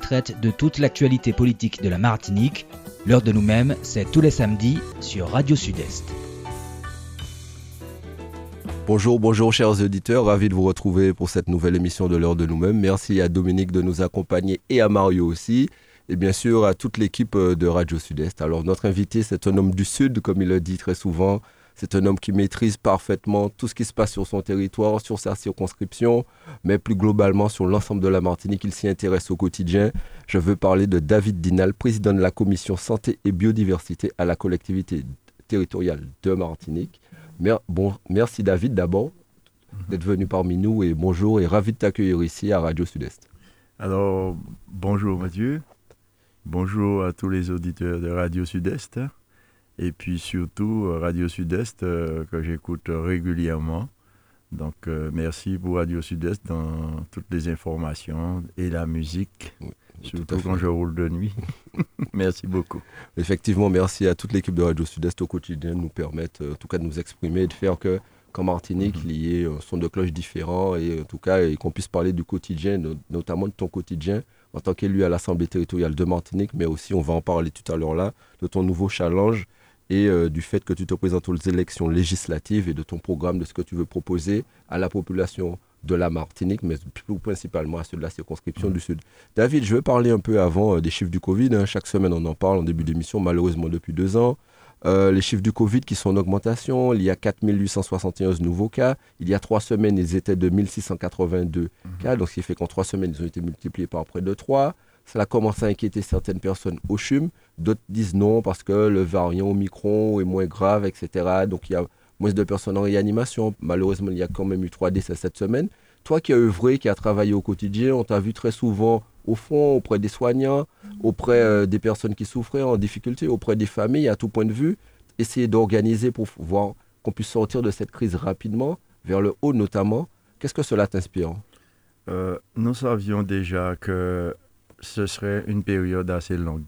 traite de toute l'actualité politique de la Martinique. L'heure de nous-mêmes, c'est tous les samedis sur Radio Sud-Est. Bonjour chers auditeurs, ravi de vous retrouver pour cette nouvelle émission de l'heure de nous-mêmes. Merci à Dominique de nous accompagner et à Mario aussi. Et bien sûr à toute l'équipe de Radio Sud-Est. Alors notre invité, c'est un homme du Sud, comme il le dit très souvent. C'est un homme qui maîtrise parfaitement tout ce qui se passe sur son territoire, sur sa circonscription, mais plus globalement sur l'ensemble de la Martinique. Il s'y intéresse au quotidien. Je veux parler de David Dinal, président de la commission santé et biodiversité à la collectivité territoriale de Martinique. Merci David d'abord d'être venu parmi nous et bonjour et ravi de t'accueillir ici à Radio Sud-Est. Alors, bonjour Mathieu. Bonjour à tous les auditeurs de Radio Sud-Est et puis surtout Radio Sud-Est que j'écoute régulièrement. Donc merci pour Radio Sud-Est dans toutes les informations et la musique, oui, surtout quand je roule de nuit. Merci beaucoup. Effectivement, merci à toute l'équipe de Radio Sud-Est au quotidien de nous permettre en tout cas de nous exprimer et de faire qu'en Martinique, il y ait un son de cloche différent et en tout cas et qu'on puisse parler du quotidien, notamment de ton quotidien en tant qu'élu à l'Assemblée territoriale de Martinique, mais aussi, on va en parler tout à l'heure là, de ton nouveau challenge et du fait que tu te présentes aux élections législatives et de ton programme, de ce que tu veux proposer à la population de la Martinique, mais plus principalement à ceux de la circonscription du Sud. David, je veux parler un peu avant des chiffres du Covid. Chaque semaine, on en parle en début d'émission, malheureusement depuis 2 ans. Les chiffres du Covid qui sont en augmentation, il y a 4 871 nouveaux cas. Il y a 3 semaines, ils étaient de 1682 cas, donc ce qui fait qu'en 3 semaines, ils ont été multipliés par près de 3. Cela commence à inquiéter certaines personnes au CHUM. D'autres disent non parce que le variant Omicron est moins grave, etc. Donc il y a moins de personnes en réanimation. Malheureusement, il y a quand même eu 3 décès cette semaine. Toi qui as œuvré, qui as travaillé au quotidien, on t'a vu très souvent au front, auprès des soignants, auprès des personnes qui souffraient en difficulté, auprès des familles, à tout point de vue, essayer d'organiser pour voir qu'on puisse sortir de cette crise rapidement, vers le haut notamment. Qu'est-ce que cela t'inspire ? Nous savions déjà que ce serait une période assez longue.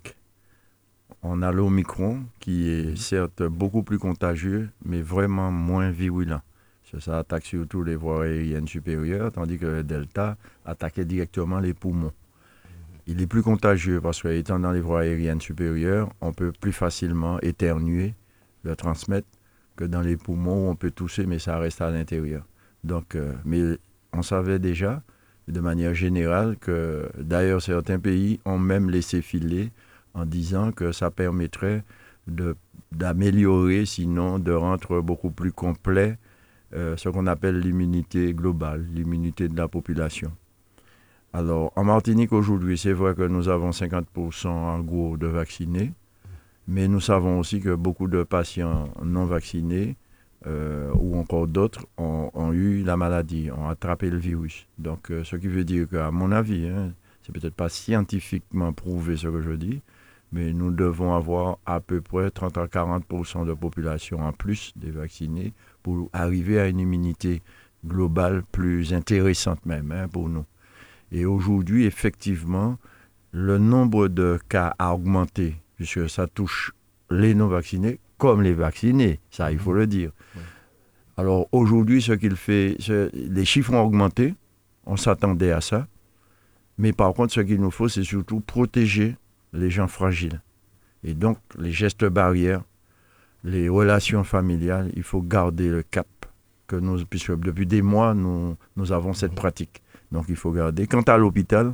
On a l'Omicron qui est certes beaucoup plus contagieux, mais vraiment moins virulent. Ça attaque surtout les voies aériennes supérieures, tandis que le Delta attaquait directement les poumons. Il est plus contagieux parce qu'étant dans les voies aériennes supérieures, on peut plus facilement éternuer, le transmettre, que dans les poumons où on peut tousser, mais ça reste à l'intérieur. Donc, mais on savait déjà, de manière générale, que d'ailleurs certains pays ont même laissé filer en disant que ça permettrait d'améliorer, sinon de rendre beaucoup plus complet ce qu'on appelle l'immunité globale, l'immunité de la population. Alors, en Martinique aujourd'hui, c'est vrai que nous avons 50% en gros de vaccinés, mais nous savons aussi que beaucoup de patients non vaccinés ou encore d'autres ont eu la maladie, ont attrapé le virus. Donc, ce qui veut dire qu'à mon avis, c'est peut-être pas scientifiquement prouvé ce que je dis, mais nous devons avoir à peu près 30 à 40% de population en plus des vaccinés pour arriver à une immunité globale plus intéressante même pour nous. Et aujourd'hui, effectivement, le nombre de cas a augmenté, puisque ça touche les non-vaccinés comme les vaccinés, ça il faut le dire. Oui. Alors aujourd'hui, les chiffres ont augmenté, on s'attendait à ça, mais par contre, ce qu'il nous faut, c'est surtout protéger les gens fragiles. Et donc, les gestes barrières, les relations familiales, il faut garder le cap, puisque depuis des mois, nous avons cette pratique. Donc, il faut garder. Quant à l'hôpital,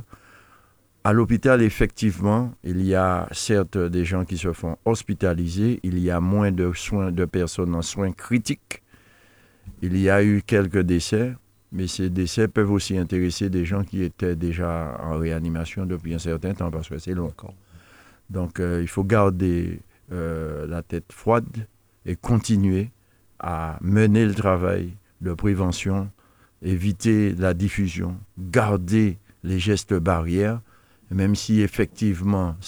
effectivement, il y a certes des gens qui se font hospitaliser, il y a moins de personnes en soins critiques, il y a eu quelques décès, mais ces décès peuvent aussi intéresser des gens qui étaient déjà en réanimation depuis un certain temps, parce que c'est long. Donc, il faut garder la tête froide et continuer à mener le travail de prévention, éviter la diffusion, garder les gestes barrières, même si effectivement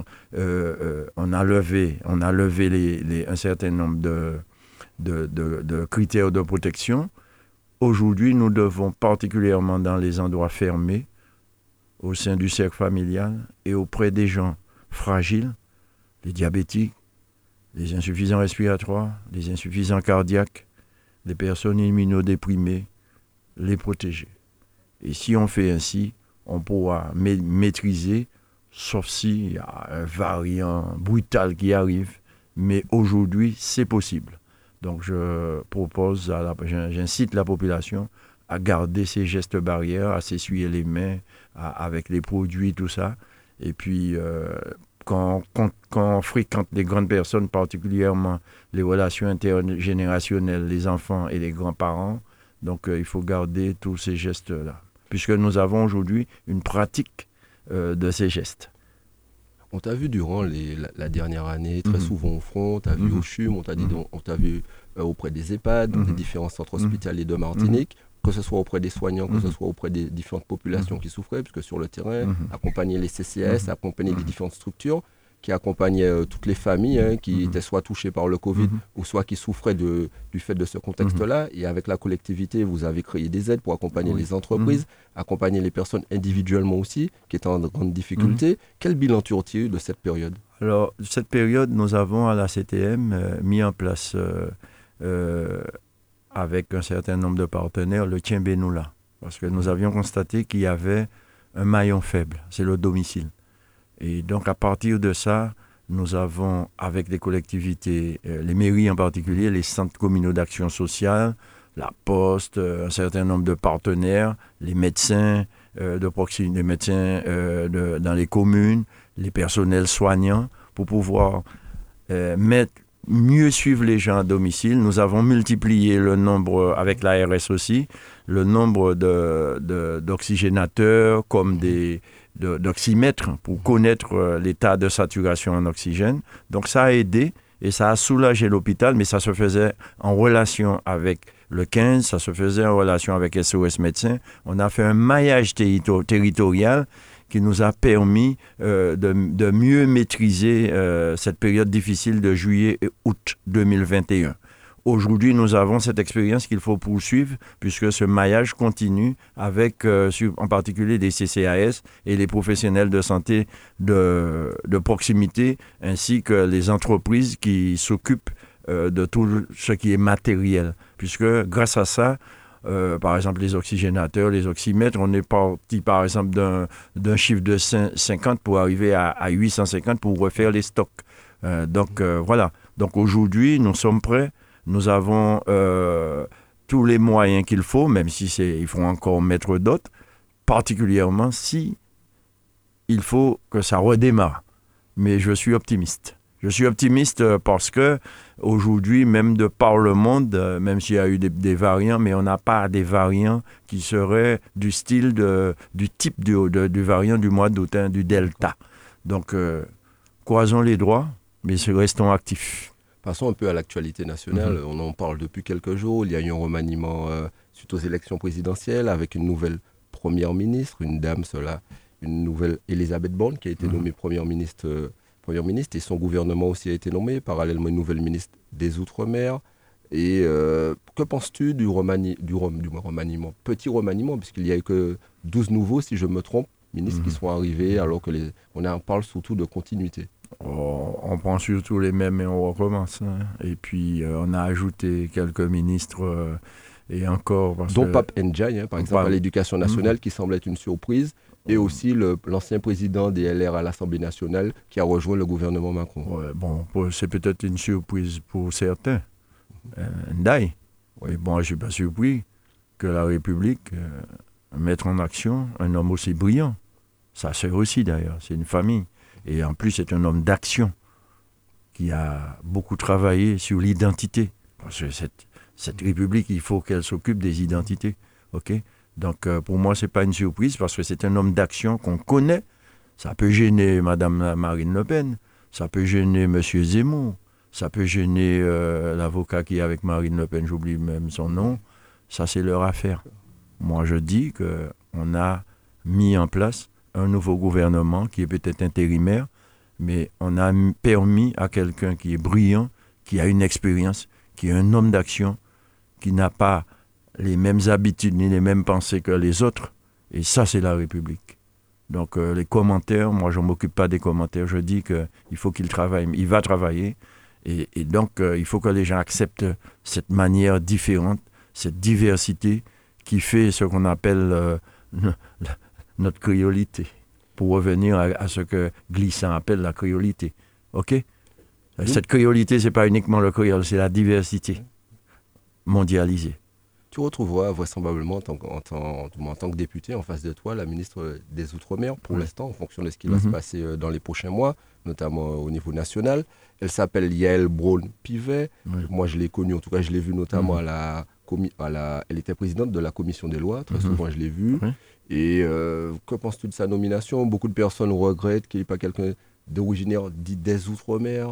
on a levé un certain nombre de critères de protection. Aujourd'hui, nous devons particulièrement dans les endroits fermés, au sein du cercle familial et auprès des gens fragiles, les diabétiques, les insuffisants respiratoires, les insuffisants cardiaques, les personnes immunodéprimées, les protéger. Et si on fait ainsi, on pourra maîtriser sauf s'il y a un variant brutal qui arrive. Mais aujourd'hui, c'est possible. Donc, j'incite la population à garder ces gestes barrières, à s'essuyer les mains avec les produits, tout ça. Et puis, quand on fréquente les grandes personnes, particulièrement les relations intergénérationnelles, les enfants et les grands-parents, donc il faut garder tous ces gestes-là. Puisque nous avons aujourd'hui une pratique de ces gestes. On t'a vu durant la dernière année, très souvent au front, on t'a vu au CHUM, on t'a vu auprès des EHPAD, dans les différents centres hospitaliers de Martinique, que ce soit auprès des soignants, que ce soit auprès des différentes populations qui souffraient, puisque sur le terrain, accompagner les CCAS, accompagner les différentes structures, qui accompagnaient toutes les familles qui étaient soit touchées par le Covid ou soit qui souffraient du fait de ce contexte-là. Et avec la collectivité, vous avez créé des aides pour accompagner les entreprises, accompagner les personnes individuellement aussi, qui étaient en grande difficulté. Quel bilan tu retires de cette période? Alors, cette période, nous avons à la CTM mis en place, avec un certain nombre de partenaires, le Tien Benoula. Parce que nous avions constaté qu'il y avait un maillon faible, c'est le domicile. Et donc, à partir de ça, nous avons, avec les collectivités, les mairies en particulier, les centres communaux d'action sociale, la Poste, un certain nombre de partenaires, les médecins de proximité, les médecins dans les communes, les personnels soignants, pour pouvoir mieux suivre les gens à domicile. Nous avons multiplié le nombre, avec l'ARS aussi, le nombre d'oxygénateurs comme d'oxymètres pour connaître l'état de saturation en oxygène. Donc ça a aidé et ça a soulagé l'hôpital, mais ça se faisait en relation avec le 15, ça se faisait en relation avec SOS Médecins. On a fait un maillage territorial qui nous a permis de mieux maîtriser cette période difficile de juillet et août 2021. Aujourd'hui, nous avons cette expérience qu'il faut poursuivre puisque ce maillage continue avec, en particulier des CCAS et les professionnels de santé de proximité ainsi que les entreprises qui s'occupent de tout ce qui est matériel. Puisque grâce à ça, par exemple les oxygénateurs, les oxymètres, on est parti par exemple d'un chiffre de 50 pour arriver à 850 pour refaire les stocks. Donc voilà. Donc aujourd'hui, nous sommes prêts. Nous avons tous les moyens qu'il faut, même si il faut encore mettre d'autres, particulièrement si il faut que ça redémarre. Mais je suis optimiste. Je suis optimiste parce que aujourd'hui, même de par le monde, même s'il y a eu des variants, mais on n'a pas des variants qui seraient du style du type du variant du mois d'août, du Delta. Donc, croisons les doigts, mais restons actifs. Passons un peu à l'actualité nationale. On en parle depuis quelques jours. Il y a eu un remaniement suite aux élections présidentielles avec une nouvelle première ministre, une dame, une nouvelle Elisabeth Borne qui a été nommée première ministre et son gouvernement aussi a été nommé, parallèlement une nouvelle ministre des Outre-mer. Et que penses-tu du remaniement, petit remaniement, puisqu'il n'y a eu que 12 nouveaux, si je me trompe, ministres qui sont arrivés, alors que on parle surtout de continuité. On prend surtout les mêmes et on recommence. Hein. Et puis, on a ajouté quelques ministres et encore... Dont Pape Ndiaye, par exemple, à l'Éducation nationale, qui semble être une surprise, et aussi l'ancien président des LR à l'Assemblée nationale qui a rejoint le gouvernement Macron. Ouais, bon, c'est peut-être une surprise pour certains. Ndiaye. Mais bon, je ne suis pas surpris que la République mette en action un homme aussi brillant. Sa sœur aussi, d'ailleurs. C'est une famille. Et en plus, c'est un homme d'action qui a beaucoup travaillé sur l'identité. Parce que cette République, il faut qu'elle s'occupe des identités. OK ? Donc, pour moi, ce n'est pas une surprise parce que c'est un homme d'action qu'on connaît. Ça peut gêner Mme Marine Le Pen, ça peut gêner M. Zemmour, ça peut gêner l'avocat qui est avec Marine Le Pen, j'oublie même son nom. Ça, c'est leur affaire. Moi, je dis qu'on a mis en place un nouveau gouvernement qui est peut-être intérimaire, mais on a permis à quelqu'un qui est brillant, qui a une expérience, qui est un homme d'action, qui n'a pas les mêmes habitudes ni les mêmes pensées que les autres. Et ça, c'est la République. Donc, les commentaires, moi, je ne m'occupe pas des commentaires. Je dis qu'il faut qu'il travaille. Il va travailler. Et donc, il faut que les gens acceptent cette manière différente, cette diversité qui fait ce qu'on appelle notre créolité. pour revenir à ce que Glissant appelle la créolité. OK? Cette créolité, ce n'est pas uniquement le créole, c'est la diversité mondialisée. Tu retrouveras vraisemblablement en tant que député en face de toi la ministre des Outre-mer pour l'instant, en fonction de ce qui va se passer dans les prochains mois, notamment au niveau national. Elle s'appelle Yael Braun-Pivet. Moi, je l'ai connue, en tout cas, je l'ai vue notamment elle était présidente de la commission des lois, très souvent je l'ai vue. Et que penses-tu de sa nomination? Beaucoup de personnes regrettent qu'il n'y ait pas quelqu'un d'originaire dit des Outre-mer.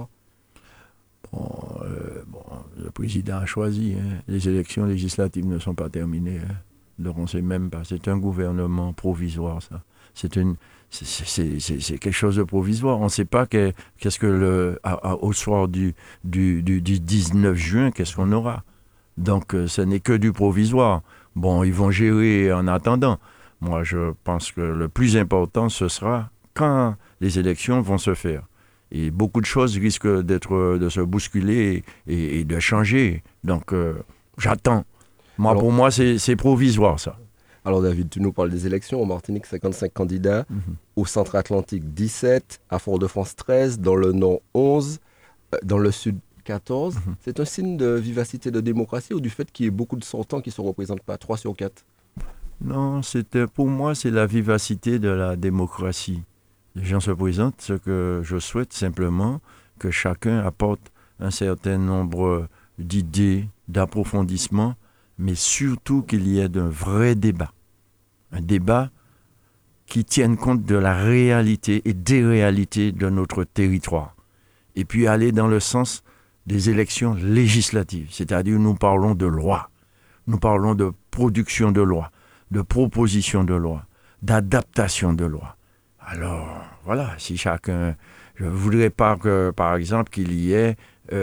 Le président a choisi. Les élections législatives ne sont pas terminées. Donc on ne sait même pas. C'est un gouvernement provisoire, ça. C'est quelque chose de provisoire. On ne sait pas qu'est-ce que au soir du 19 juin, qu'est-ce qu'on aura. Donc ce n'est que du provisoire. Bon, ils vont gérer en attendant. Moi, je pense que le plus important, ce sera quand les élections vont se faire. Et beaucoup de choses risquent de se bousculer et de changer. Donc, j'attends. Pour moi, c'est provisoire, ça. Alors, David, tu nous parles des élections. En Martinique, 55 candidats. Au Centre-Atlantique, 17. À Fort-de-France, 13. Dans le Nord, 11. Dans le Sud, 14. C'est un signe de vivacité de démocratie ou du fait qu'il y ait beaucoup de sortants qui ne se représentent pas, 3 sur 4? Non, pour moi, c'est la vivacité de la démocratie. Les gens se présentent. Ce que je souhaite simplement, que chacun apporte un certain nombre d'idées, d'approfondissements, mais surtout qu'il y ait d'un vrai débat. Un débat qui tienne compte de la réalité et des réalités de notre territoire. Et puis aller dans le sens des élections législatives. C'est-à-dire, nous parlons de loi. Nous parlons de production de loi, de proposition de loi, d'adaptation de loi. Alors, voilà, si chacun... Je ne voudrais pas que, par exemple, qu'il y ait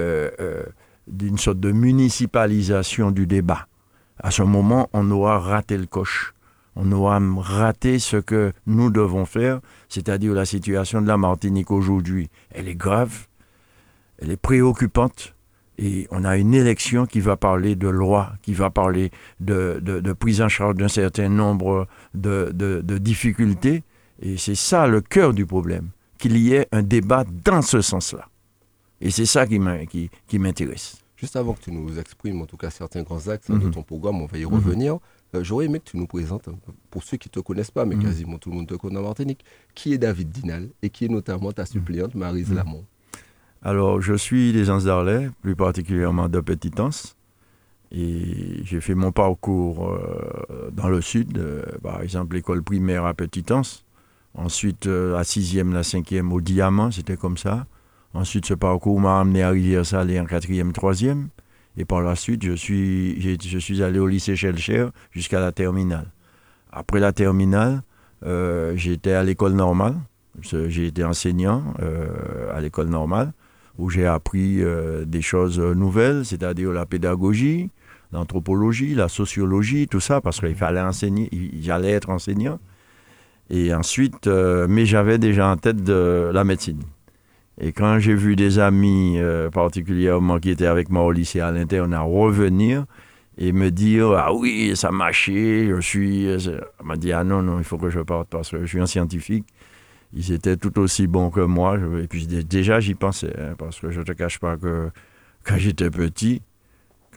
une sorte de municipalisation du débat. À ce moment, on aura raté le coche. On aura raté ce que nous devons faire, c'est-à-dire la situation de la Martinique aujourd'hui. Elle est grave, elle est préoccupante, et on a une élection qui va parler de loi, qui va parler de prise en charge d'un certain nombre de difficultés. Et c'est ça le cœur du problème, qu'il y ait un débat dans ce sens-là. Et c'est ça qui m'intéresse. Juste avant que tu nous exprimes en tout cas certains grands axes de ton programme, on va y revenir. J'aurais aimé que tu nous présentes, pour ceux qui ne te connaissent pas, mais quasiment tout le monde te connaît en Martinique, qui est David Dinal et qui est notamment ta suppléante Maryse Lamont. Alors, je suis des Anses d'Arlet, plus particulièrement de Petitance. Et j'ai fait mon parcours dans le sud, par exemple l'école primaire à Petitance. Ensuite, la 6e, la 5e au Diamant, c'était comme ça. Ensuite, ce parcours m'a amené à Rivière-Salée en 4e, 3e. Et par la suite, je suis allé au lycée Schellcher jusqu'à la terminale. Après la terminale, j'étais à l'école normale. J'ai été enseignant à l'école normale, où j'ai appris des choses nouvelles, c'est-à-dire la pédagogie, l'anthropologie, la sociologie, tout ça, parce qu'il fallait enseigner, j'allais être enseignant. Et ensuite, mais j'avais déjà en tête de la médecine. Et quand j'ai vu des amis particulièrement qui étaient avec moi au lycée à l'internat revenir et me dire « Ah oui, ça marchait, on m'a dit « Ah non, il faut que je parte parce que je suis un scientifique. » Ils étaient tout aussi bons que moi. Et puis déjà, j'y pensais, parce que je ne te cache pas que quand j'étais petit, quand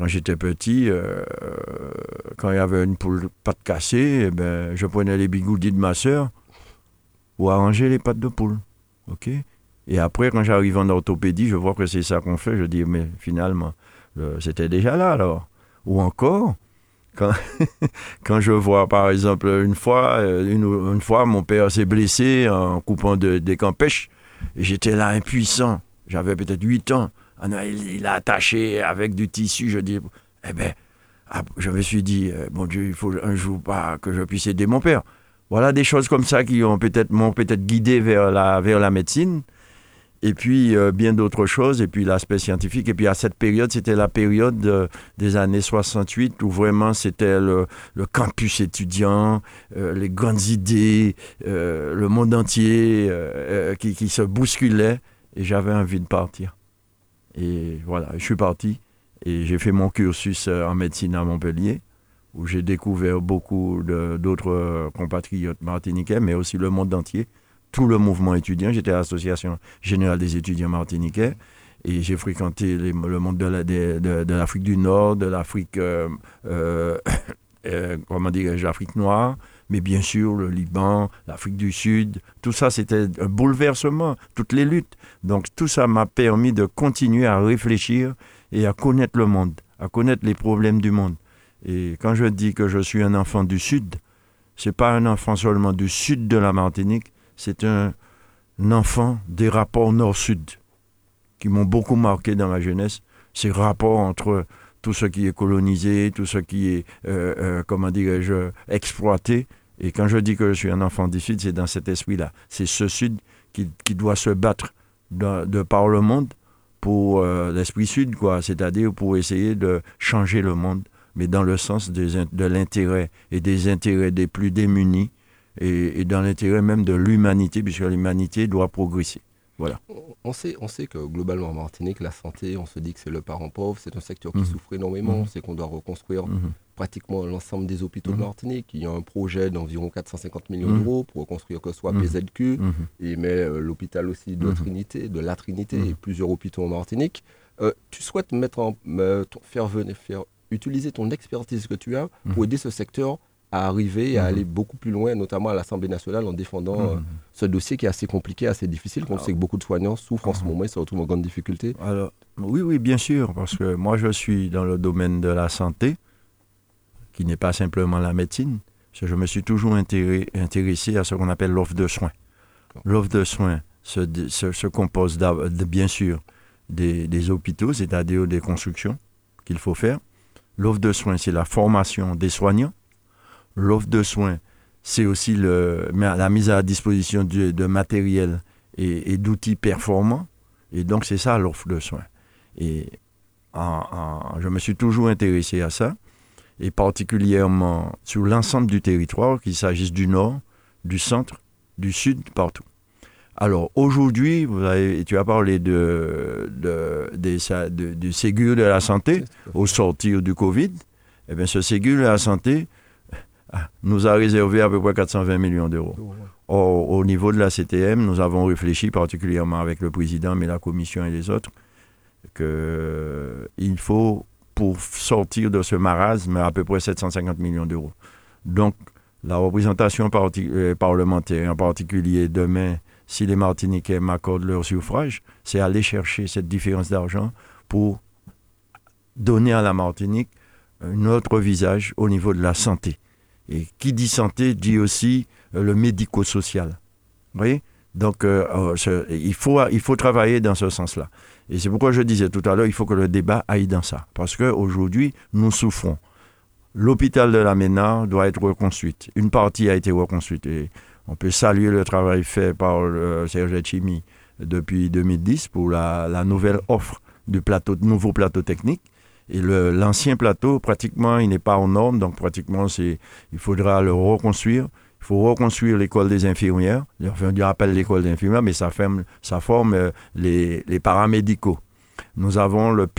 il y avait une poule patte cassée, je prenais les bigoudis de ma sœur pour arranger les pattes de poule. OK ? Et après, quand j'arrive en orthopédie, je vois que c'est ça qu'on fait. Je dis, mais finalement, c'était déjà là, alors. Ou encore, quand je vois, par exemple, une fois, mon père s'est blessé en coupant des campèches, et j'étais là impuissant. J'avais peut-être 8 ans. Il a attaché avec du tissu. Je dis, je me suis dit, mon Dieu, il faut un jour pas que je puisse aider mon père. Voilà des choses comme ça qui m'ont peut-être guidé vers la médecine. Et puis, bien d'autres choses, et puis l'aspect scientifique. Et puis, à cette période, c'était la période des années 68, où vraiment, c'était le campus étudiant, les grandes idées, le monde entier qui se bousculait. Et j'avais envie de partir. Et voilà, je suis parti. Et j'ai fait mon cursus en médecine à Montpellier, où j'ai découvert beaucoup d'autres compatriotes martiniquais, mais aussi le monde entier, tout le mouvement étudiant. J'étais à l'Association générale des étudiants martiniquais et j'ai fréquenté le monde de l'Afrique du Nord, de l'Afrique, l'Afrique noire, mais bien sûr le Liban, l'Afrique du Sud. Tout ça, c'était un bouleversement, toutes les luttes. Donc tout ça m'a permis de continuer à réfléchir et à connaître le monde, à connaître les problèmes du monde. Et quand je dis que je suis un enfant du Sud, c'est pas un enfant seulement du Sud de la Martinique, c'est un enfant des rapports Nord-Sud qui m'ont beaucoup marqué dans ma jeunesse. Ces rapports entre tout ce qui est colonisé, tout ce qui est, exploité. Et quand je dis que je suis un enfant du Sud, c'est dans cet esprit-là. C'est ce Sud qui doit se battre de par le monde pour l'esprit Sud, quoi. C'est-à-dire pour essayer de changer le monde, mais dans le sens de l'intérêt et des intérêts des plus démunis et dans l'intérêt même de l'humanité, puisque l'humanité doit progresser. Voilà. On sait que globalement en Martinique, la santé, on se dit que c'est le parent pauvre, c'est un secteur qui souffre énormément, on sait qu'on doit reconstruire pratiquement l'ensemble des hôpitaux de Martinique. Il y a un projet d'environ 450 millions d'euros pour reconstruire que ce soit PZQ, mais l'hôpital aussi de la Trinité et plusieurs hôpitaux en Martinique. Tu souhaites faire utiliser ton expertise que tu as pour aider ce secteur à arriver à aller beaucoup plus loin, notamment à l'Assemblée nationale, en défendant ce dossier qui est assez compliqué, assez difficile, qu'on sait que beaucoup de soignants souffrent en ce moment et se retrouvent en grande difficulté. Alors, oui, bien sûr, parce que moi je suis dans le domaine de la santé, qui n'est pas simplement la médecine, parce que je me suis toujours intéressé à ce qu'on appelle l'offre de soins. L'offre de soins se compose bien sûr des hôpitaux, c'est-à-dire des constructions qu'il faut faire. L'offre de soins, c'est la formation des soignants. L'offre de soins, c'est aussi la mise à disposition de matériel et d'outils performants. Et donc, c'est ça l'offre de soins. Et je me suis toujours intéressé à ça, et particulièrement sur l'ensemble du territoire, qu'il s'agisse du nord, du centre, du sud, partout. Alors, aujourd'hui, tu as parlé du Ségur de la santé au sortir du Covid. Eh bien, ce Ségur de la santé nous a réservé à peu près 420 millions d'euros. Or, au niveau de la CTM, nous avons réfléchi, particulièrement avec le président, mais la commission et les autres, qu'il faut, pour sortir de ce marasme, à peu près 750 millions d'euros. Donc, la représentation parlementaire, en particulier demain, si les Martiniquais m'accordent leur suffrage, c'est aller chercher cette différence d'argent pour donner à la Martinique un autre visage au niveau de la santé. Et qui dit santé dit aussi le médico-social. Vous voyez ? Donc, il faut travailler dans ce sens-là. Et c'est pourquoi je disais tout à l'heure, il faut que le débat aille dans ça. Parce qu'aujourd'hui, nous souffrons. L'hôpital de la Ménard doit être reconstruit. Une partie a été reconstruite. Et on peut saluer le travail fait par Serge Etchimi depuis 2010 pour la nouvelle offre du nouveau plateau technique. Et l'ancien plateau, pratiquement, il n'est pas en norme, donc pratiquement, il faudra le reconstruire. Il faut reconstruire l'école des infirmières. Enfin, on appelle l'école des infirmières, mais ça forme les paramédicaux. Nous avons le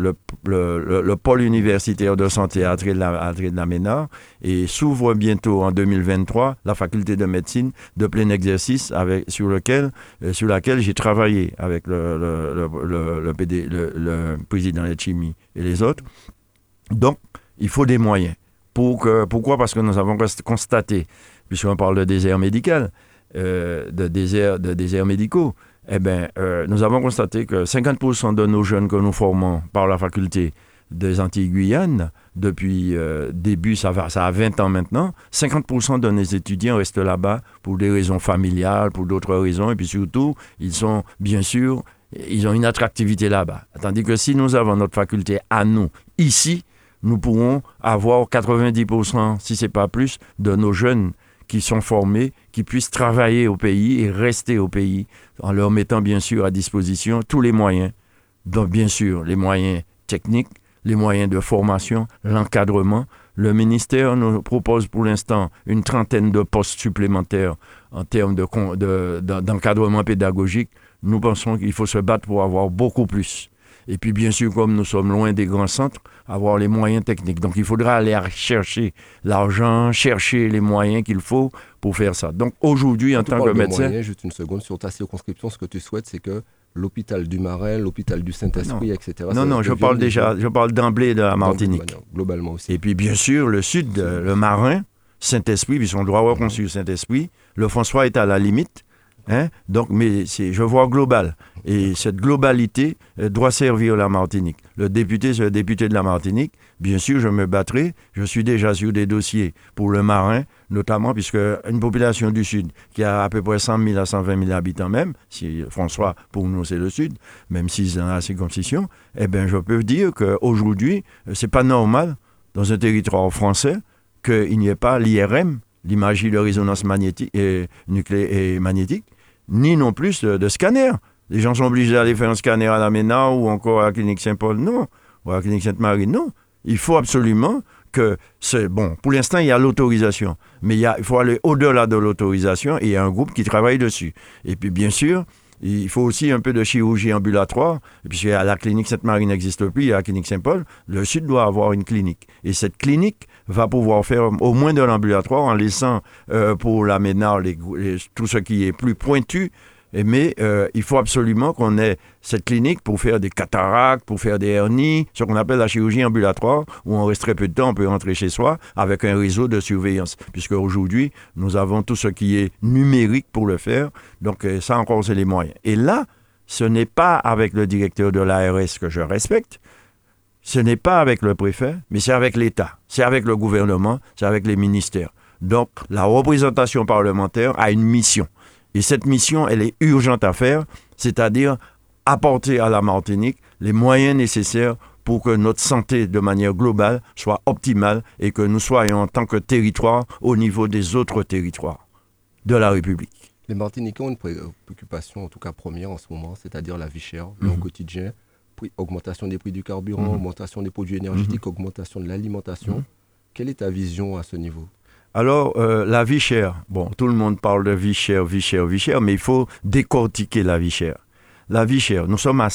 pôle universitaire de santé à Atré de la Ménard et s'ouvre bientôt en 2023 la faculté de médecine de plein exercice sur laquelle j'ai travaillé avec le président Etchimi et les autres. Donc, il faut des moyens. Pourquoi ? Parce que nous avons constaté, puisqu'on parle de désert médical, de déserts médicaux, nous avons constaté que 50% de nos jeunes que nous formons par la faculté des Antilles-Guyane, depuis début, ça a 20 ans maintenant, 50% de nos étudiants restent là-bas pour des raisons familiales, pour d'autres raisons, et puis surtout, ils ont une attractivité là-bas. Tandis que si nous avons notre faculté à nous, ici, nous pourrons avoir 90%, si ce n'est pas plus, de nos jeunes qui sont formés, qui puissent travailler au pays et rester au pays, en leur mettant bien sûr à disposition tous les moyens. Donc bien sûr, les moyens techniques, les moyens de formation, l'encadrement. Le ministère nous propose pour l'instant une 30aine de postes supplémentaires en termes d'encadrement pédagogique. Nous pensons qu'il faut se battre pour avoir beaucoup plus. Et puis, bien sûr, comme nous sommes loin des grands centres, avoir les moyens techniques. Donc, il faudra aller chercher l'argent, chercher les moyens qu'il faut pour faire ça. Donc, aujourd'hui, en tant que médecin... Moyens, juste une seconde, sur ta circonscription, ce que tu souhaites, c'est que l'hôpital du Marin, l'hôpital du Saint-Esprit, etc. Non, je parle d'emblée de la Martinique. Globalement aussi. Et puis, bien sûr, le sud, le Marin, Saint-Esprit, puis on doit reconstruire Saint-Esprit. Le François est à la limite. Donc, mais je vois global. Et cette globalité doit servir la Martinique. Le député, c'est le député de la Martinique. Bien sûr, je me battrai. Je suis déjà sur des dossiers pour le Marin, notamment puisque une population du Sud qui a à peu près 100 000 à 120 000 habitants même, si François, pour nous, c'est le Sud, même s'ils ont la circoncision, eh bien, je peux dire qu'aujourd'hui, c'est pas normal, dans un territoire français, qu'il n'y ait pas l'IRM, l'imagerie de résonance magnétique et magnétique, ni non plus de scanner. Les gens sont obligés d'aller faire un scanner à la MENA ou encore à la clinique Saint-Paul, non. Ou à la clinique Sainte-Marie, non. Il faut absolument que... pour l'instant, il y a l'autorisation. Mais il faut aller au-delà de l'autorisation et il y a un groupe qui travaille dessus. Et puis, bien sûr, il faut aussi un peu de chirurgie ambulatoire. Et puis, la clinique Sainte-Marie n'existe plus, il y a la clinique Saint-Paul. Le Sud doit avoir une clinique. Et cette clinique va pouvoir faire au moins de l'ambulatoire en laissant pour la MENA tout ce qui est plus pointu. Mais il faut absolument qu'on ait cette clinique pour faire des cataractes, pour faire des hernies, ce qu'on appelle la chirurgie ambulatoire, où on reste très peu de temps, on peut rentrer chez soi avec un réseau de surveillance. Puisque aujourd'hui, nous avons tout ce qui est numérique pour le faire. Donc ça encore, c'est les moyens. Et là, ce n'est pas avec le directeur de l'ARS que je respecte, ce n'est pas avec le préfet, mais c'est avec l'État, c'est avec le gouvernement, c'est avec les ministères. Donc la représentation parlementaire a une mission. Et cette mission, elle est urgente à faire, c'est-à-dire apporter à la Martinique les moyens nécessaires pour que notre santé, de manière globale, soit optimale et que nous soyons en tant que territoire au niveau des autres territoires de la République. Les Martiniquais ont une préoccupation, en tout cas première en ce moment, c'est-à-dire la vie chère, leur quotidien, augmentation des prix du carburant, augmentation des produits énergétiques, augmentation de l'alimentation. Quelle est ta vision à ce niveau ? Alors, la vie chère, tout le monde parle de vie chère, mais il faut décortiquer la vie chère. La vie chère, nous sommes à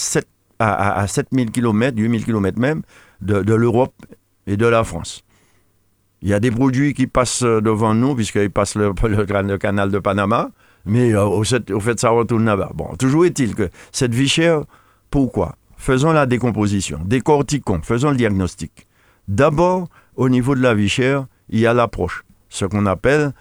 7000 km, 8000 km même, de l'Europe et de la France. Il y a des produits qui passent devant nous, puisqu'ils passent le canal de Panama, mais au fait, ça retourne là-bas. Toujours est-il que cette vie chère, pourquoi ? Faisons la décomposition, décortiquons, faisons le diagnostic. D'abord, au niveau de la vie chère, il y a l'approche. Ce qu'on appelle,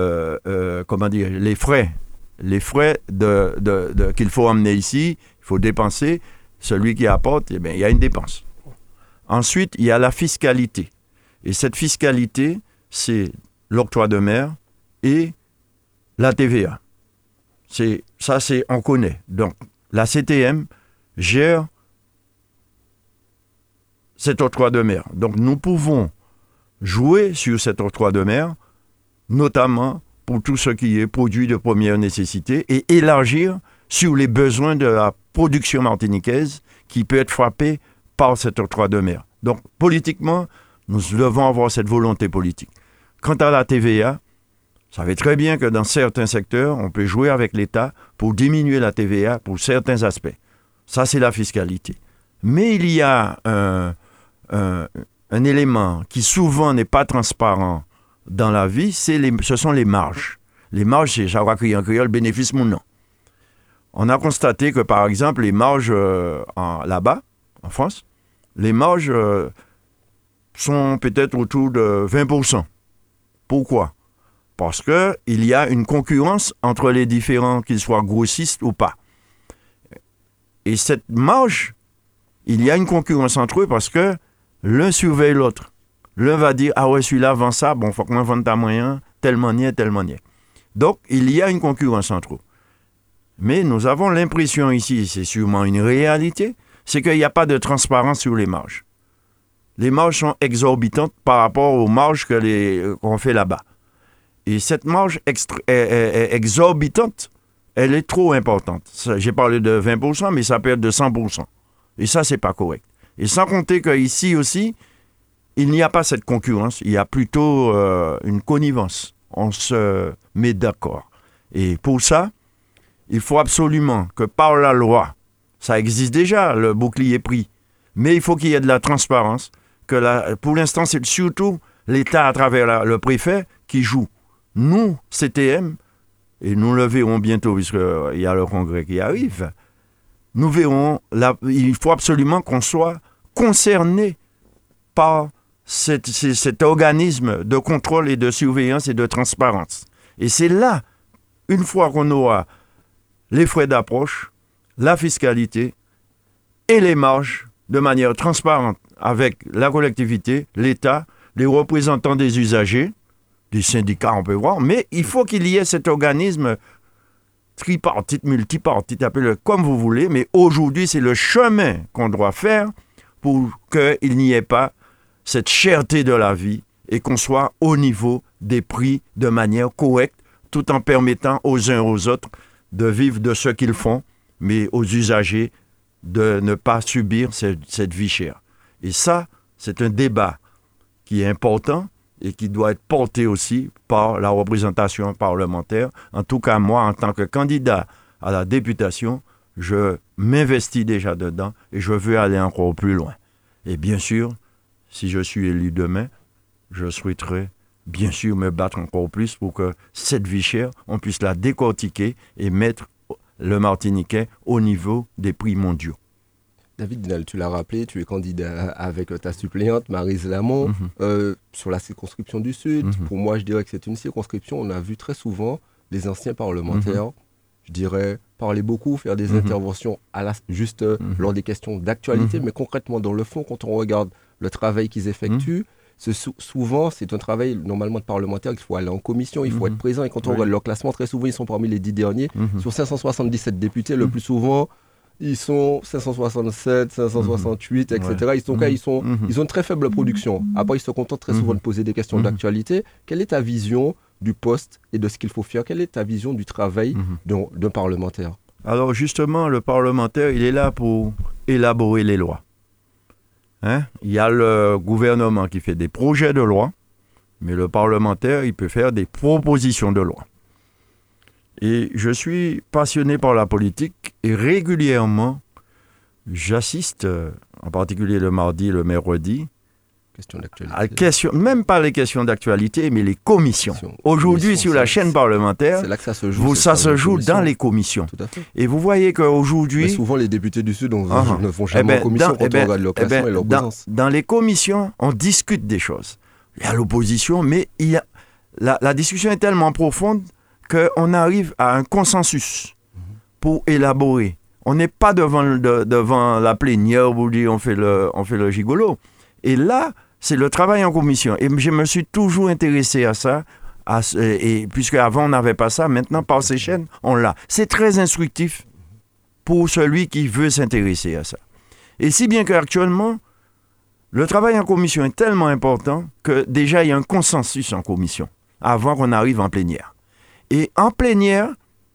les frais. Les frais qu'il faut amener ici, il faut dépenser. Celui qui apporte, il y a une dépense. Ensuite, il y a la fiscalité. Et cette fiscalité, c'est l'octroi de mer et la TVA. On connaît. Donc, la CTM gère cet octroi de mer. Donc, nous pouvons jouer sur cet octroi de mer, notamment pour tout ce qui est produit de première nécessité, et élargir sur les besoins de la production martiniquaise qui peut être frappée par cet octroi de mer. Donc, politiquement, nous devons avoir cette volonté politique. Quant à la TVA, vous savez très bien que dans certains secteurs, on peut jouer avec l'État pour diminuer la TVA pour certains aspects. Ça, c'est la fiscalité. Mais il y a un élément qui souvent n'est pas transparent dans la vie, ce sont les marges. Les marges, c'est, j'aurais crié en créole, bénéfice mon nom. On a constaté que, par exemple, les marges là-bas, en France, les marges sont peut-être autour de 20%. Pourquoi ? Parce qu'il y a une concurrence entre les différents, qu'ils soient grossistes ou pas. Et cette marge, il y a une concurrence entre eux parce que l'un surveille l'autre. L'un va dire, ah ouais, celui-là vend ça, bon, faut que moi vende ta moyen, tellement niais. Donc, il y a une concurrence entre eux. Mais nous avons l'impression ici, c'est sûrement une réalité, c'est qu'il n'y a pas de transparence sur les marges. Les marges sont exorbitantes par rapport aux marges qu'on fait là-bas. Et cette marge exorbitante, elle est trop importante. J'ai parlé de 20%, mais ça peut être de 100%. Et ça, c'est pas correct. Et sans compter qu'ici aussi, il n'y a pas cette concurrence, il y a plutôt une connivence. On se met d'accord. Et pour ça, il faut absolument que par la loi, Ça existe déjà, le bouclier prix. Mais il faut qu'il y ait de la transparence. Pour l'instant, c'est surtout l'État à travers le préfet qui joue. Nous, CTM, et nous le verrons bientôt puisqu'il y a le congrès qui arrive, nous verrons, il faut absolument qu'on soit concerné par cet organisme de contrôle et de surveillance et de transparence. Et c'est là, une fois qu'on aura les frais d'approche, la fiscalité et les marges de manière transparente avec la collectivité, l'État, les représentants des usagers, des syndicats, on peut voir, mais il faut qu'il y ait cet organisme tripartite, multipartite, appelez-le comme vous voulez, mais aujourd'hui, c'est le chemin qu'on doit faire pour qu'il n'y ait pas cette cherté de la vie et qu'on soit au niveau des prix de manière correcte, tout en permettant aux uns aux autres de vivre de ce qu'ils font, mais aux usagers de ne pas subir cette vie chère. Et ça, c'est un débat qui est important et qui doit être porté aussi par la représentation parlementaire. En tout cas, moi, en tant que candidat à la députation, je m'investis déjà dedans et je veux aller encore plus loin. Et bien sûr, si je suis élu demain, je souhaiterais bien sûr me battre encore plus pour que cette vie chère, on puisse la décortiquer et mettre le Martiniquais au niveau des prix mondiaux. David Dinal, tu l'as rappelé, tu es candidat avec ta suppléante, Maryse Lamont, sur la circonscription du Sud. Pour moi, je dirais que c'est une circonscription, on a vu très souvent les anciens parlementaires, je dirais, parler beaucoup, faire des interventions juste lors des questions d'actualité, mais concrètement, dans le fond, quand on regarde le travail qu'ils effectuent, souvent, c'est un travail normalement de parlementaire, il faut aller en commission, il faut être présent, et quand on regarde leur classement, très souvent, ils sont parmi les 10 derniers. Sur 577 députés, le plus souvent, ils sont 567, 568, etc. Ils ont une très faible production. Après, ils se contentent très souvent de poser des questions d'actualité. Quelle est ta vision du poste et de ce qu'il faut faire? Quelle est ta vision du travail d'un parlementaire? Alors justement, le parlementaire, il est là pour élaborer les lois. Il y a le gouvernement qui fait des projets de loi, mais le parlementaire, il peut faire des propositions de loi. Et je suis passionné par la politique et régulièrement, j'assiste, en particulier le mardi, le mercredi, même pas les questions d'actualité, mais les commissions. Aujourd'hui, sur la chaîne parlementaire, c'est là que ça se joue, ça se joue dans les commissions. Tout à fait. Et vous voyez qu'aujourd'hui... Mais souvent, les députés du Sud ne vont jamais en commission quand on regarde leur classement et leur présence. Dans les commissions, on discute des choses. Il y a l'opposition, mais la discussion est tellement profonde qu'on arrive à un consensus pour élaborer. On n'est pas devant la plénière où on fait le gigolo. Et là, c'est le travail en commission. Et je me suis toujours intéressé à ça. Et puisque avant on n'avait pas ça, maintenant par ces chaînes, on l'a. C'est très instructif pour celui qui veut s'intéresser à ça. Et si bien qu'actuellement, le travail en commission est tellement important que déjà il y a un consensus en commission avant qu'on arrive en plénière. Et en plénière,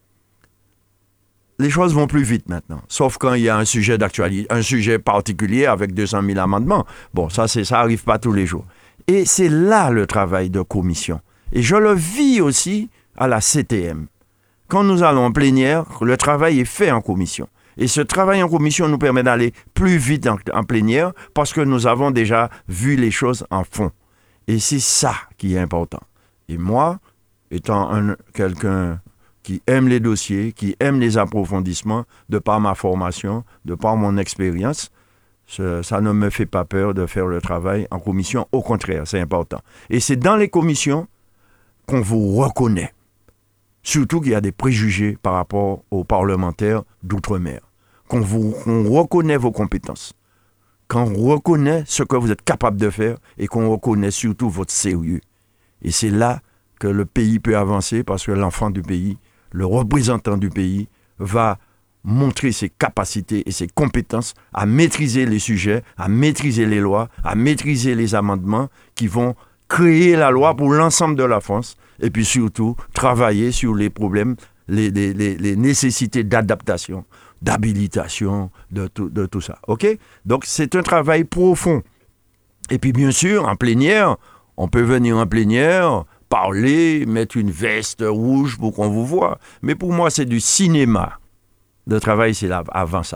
les choses vont plus vite maintenant. Sauf quand il y a un sujet d'actualité, un sujet particulier avec 200 000 amendements. Bon, ça n'arrive pas tous les jours. Et c'est là le travail de commission. Et je le vis aussi à la CTM. Quand nous allons en plénière, le travail est fait en commission. Et ce travail en commission nous permet d'aller plus vite en plénière parce que nous avons déjà vu les choses en fond. Et c'est ça qui est important. Et moi, étant quelqu'un qui aime les dossiers, qui aime les approfondissements, de par ma formation, de par mon expérience, ça ne me fait pas peur de faire le travail en commission. Au contraire, c'est important. Et c'est dans les commissions qu'on vous reconnaît. Surtout qu'il y a des préjugés par rapport aux parlementaires d'outre-mer. Qu'on reconnaît vos compétences. Qu'on reconnaît ce que vous êtes capable de faire et qu'on reconnaît surtout votre sérieux. Et c'est là que le pays peut avancer parce que l'enfant du pays, le représentant du pays, va montrer ses capacités et ses compétences à maîtriser les sujets, à maîtriser les lois, à maîtriser les amendements qui vont créer la loi pour l'ensemble de la France et puis surtout travailler sur les problèmes, les nécessités d'adaptation, d'habilitation, de tout ça. OK? Donc c'est un travail profond. Et puis bien sûr, en plénière, on peut venir en plénière, parler, mettre une veste rouge pour qu'on vous voit. Mais pour moi, c'est du cinéma. Le travail, c'est là, avant ça.